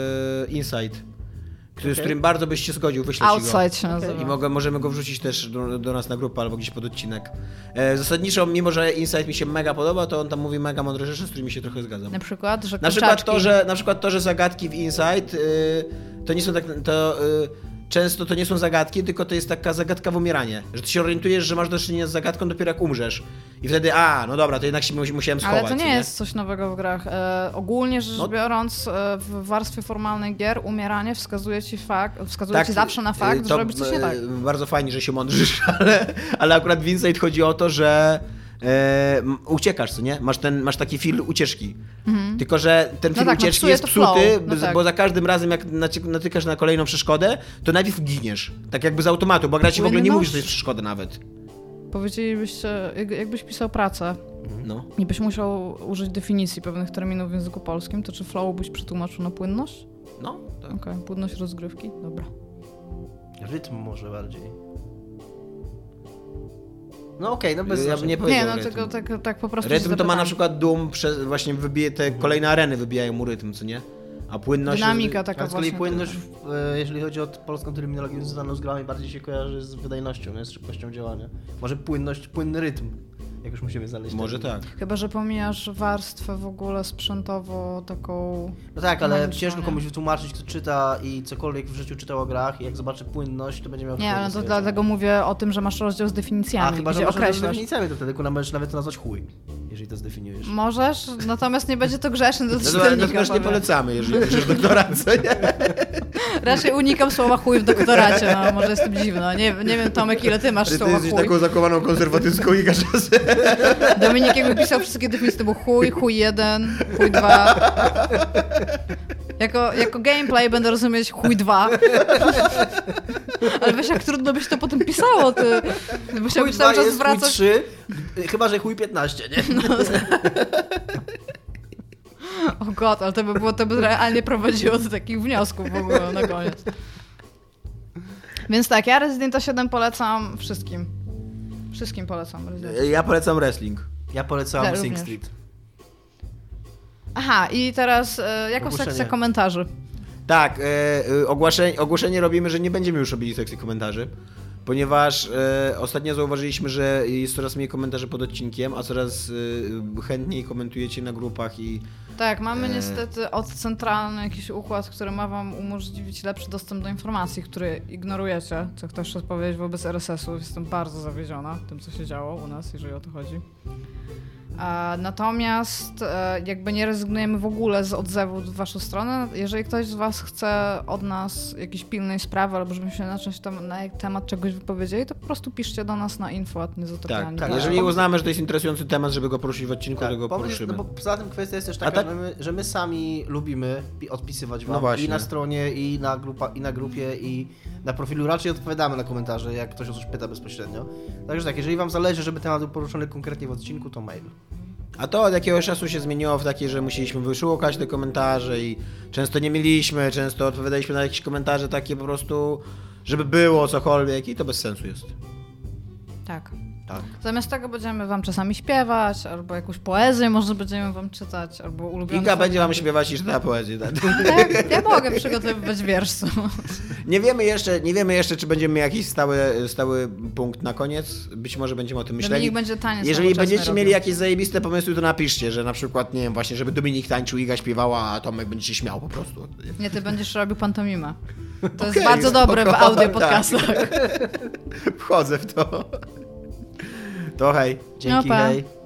e, Insight, który, z Okej. którym bardzo byś się zgodził, wyślę ci go. Outside się nazywa. I mogę, możemy go wrzucić też do, do nas na grupę albo gdzieś pod odcinek. E, zasadniczo, mimo że Insight mi się mega podoba, to on tam mówi mega mądre rzeczy, z którymi się trochę zgadzam. Na przykład, że Na przykład, kurczaczki- to, że, na przykład to, że zagadki w Insight y, to nie są tak, to y, często to nie są zagadki, tylko to jest taka zagadka w umieranie. Że ty się orientujesz, że masz do czynienia z zagadką dopiero jak umrzesz. I wtedy, a, no dobra, to jednak się mu- musiałem schować. Ale to nie co jest coś nowego w grach. E, ogólnie rzecz No. biorąc, e, w warstwie formalnej gier umieranie wskazuje ci fakt, wskazuje Tak, ci zawsze na fakt, y, że to, robisz coś nie y, tak. Bardzo fajnie, że się mądrzysz, ale, ale akurat w Insight chodzi o to, że e, m, uciekasz, co nie? Masz, ten, masz taki film ucieczki. Tylko, że ten No film tak, no ucieczki psuje jest to flow. psuty, No b- tak. bo za każdym razem jak nacie- natykasz na kolejną przeszkodę, to najpierw giniesz. Tak jakby z automatu, bo gra ci w ogóle nie mówi, że to jest przeszkoda nawet. Powiedzielibyście, jak, jakbyś pisał pracę No. i byś musiał użyć definicji pewnych terminów w języku polskim, to czy flow byś przetłumaczył na płynność? No, tak. Okej, płynność rozgrywki? Dobra. Rytm może bardziej. No okej, no bez Ja bym znaczenia. nie Nie, powiedział no rytm. tylko tak, tak po prostu Rytm się to ma zapytałam. na przykład Doom, przez, właśnie wybije te kolejne areny wybijają mu rytm, co nie? A płynność... Dynamika A taka z kolei właśnie. płynność, w, e, jeżeli chodzi o polską terminologię związaną z grami, bardziej się kojarzy z wydajnością, nie? Z szybkością działania. Może płynność, płynny rytm, jak już musimy znaleźć. Może termin. tak. Chyba, że pomijasz warstwę w ogóle sprzętowo taką... No tak, ale Magiczną, ciężko nie? komuś wytłumaczyć, kto czyta i cokolwiek w życiu czytał o grach i jak zobaczy płynność, to będzie miał... Nie, wtedy ale to sobie- dlatego mówię o tym, że masz rozdział z A, definicjami, chyba, że gdzie masz z określasz. definicjami, to wtedy kuna możesz nawet to nazwać chuj, jeżeli to zdefiniujesz. Możesz, natomiast nie będzie to grzeczne do No to, czytelnika. to też nie powiem. polecamy, jeżeli piszesz doktorancję, nie? Raczej unikam słowa chuj w doktoracie, no może jestem dziwna. Nie, nie wiem, Tomek, ile ty masz Ty słowa jesteś chuj. taką zakowaną konserwatystką i każdy raz... Dominik jakby pisał wszystkie definicje, to był chuj, chuj jeden, chuj dwa. Jako, jako gameplay będę rozumieć chuj dwa. Ale wiesz, jak trudno byś to potem pisało, ty. Musiałbyś Chuj cały dwa czas jest, zwracać... chuj trzy, chyba że chuj piętnaście, nie? O god, ale to by było, to by realnie prowadziło do takich wniosków w ogóle na koniec. Więc tak, ja Residenta siedem polecam wszystkim. Wszystkim polecam Resident. Ja polecam wrestling. Ja polecam Ja Sing również. Street. Aha, i teraz e, jako Ogłoszenie. sekcja komentarzy. Tak, e, e, ogłoszenie, ogłoszenie robimy, że nie będziemy już robili sekcji komentarzy, ponieważ e, ostatnio zauważyliśmy, że jest coraz mniej komentarzy pod odcinkiem, a coraz e, chętniej komentujecie na grupach i Tak, mamy E. niestety odcentralny jakiś układ, który ma wam umożliwić lepszy dostęp do informacji, który ignorujecie, co chcesz odpowiedzieć wobec R S S-u. Jestem bardzo zawiedziona tym, co się działo u nas, jeżeli o to chodzi. E, natomiast e, jakby nie rezygnujemy w ogóle z odzewu w waszą stronę. Jeżeli ktoś z was chce od nas jakiejś pilnej sprawy, albo żebyśmy się na, czymś tam, na temat czegoś wypowiedzieli, to po prostu piszcie do nas na info at tak, niezatopialni. tak. Tak. Jeżeli uznamy, że to jest interesujący temat, żeby go poruszyć w odcinku, to go pomysł jest, poruszymy. no bo poza tym kwestia jest też A taka, tak- że, my, że my sami lubimy pi- odpisywać wam No właśnie. i na stronie, i na, grupa, i na grupie, i na profilu. Raczej odpowiadamy na komentarze, jak ktoś o coś pyta bezpośrednio. Także tak, jeżeli wam zależy, żeby temat był poruszony konkretnie w odcinku, to mail. A to od jakiegoś czasu się zmieniło w takie, że musieliśmy wyszukać te komentarze i często nie mieliśmy, często odpowiadaliśmy na jakieś komentarze takie po prostu, żeby było cokolwiek i to bez sensu jest. Tak. Tak. Zamiast tego będziemy wam czasami śpiewać, albo jakąś poezję może będziemy wam czytać, albo ulubione... Iga będzie wam śpiewać i czyta poezję. Tak? Tak, ja mogę przygotowywać wiersz. Nie wiemy jeszcze, nie wiemy jeszcze, czy będziemy mieli jakiś stały, stały punkt na koniec. Być może będziemy o tym myśleli. Dominik będzie taniec Jeżeli nowoczesny będziecie robił. mieli jakieś zajebiste pomysły, to napiszcie, że na przykład, nie wiem, właśnie, żeby Dominik tańczył, Iga śpiewała, a Tomek będzie się śmiał po prostu. Nie, ty będziesz robił pantomimę. To jest Okej, bardzo dobre w spoko, audio podcastach. Wchodzę w to. To hej. Dzięki, No pa. hej.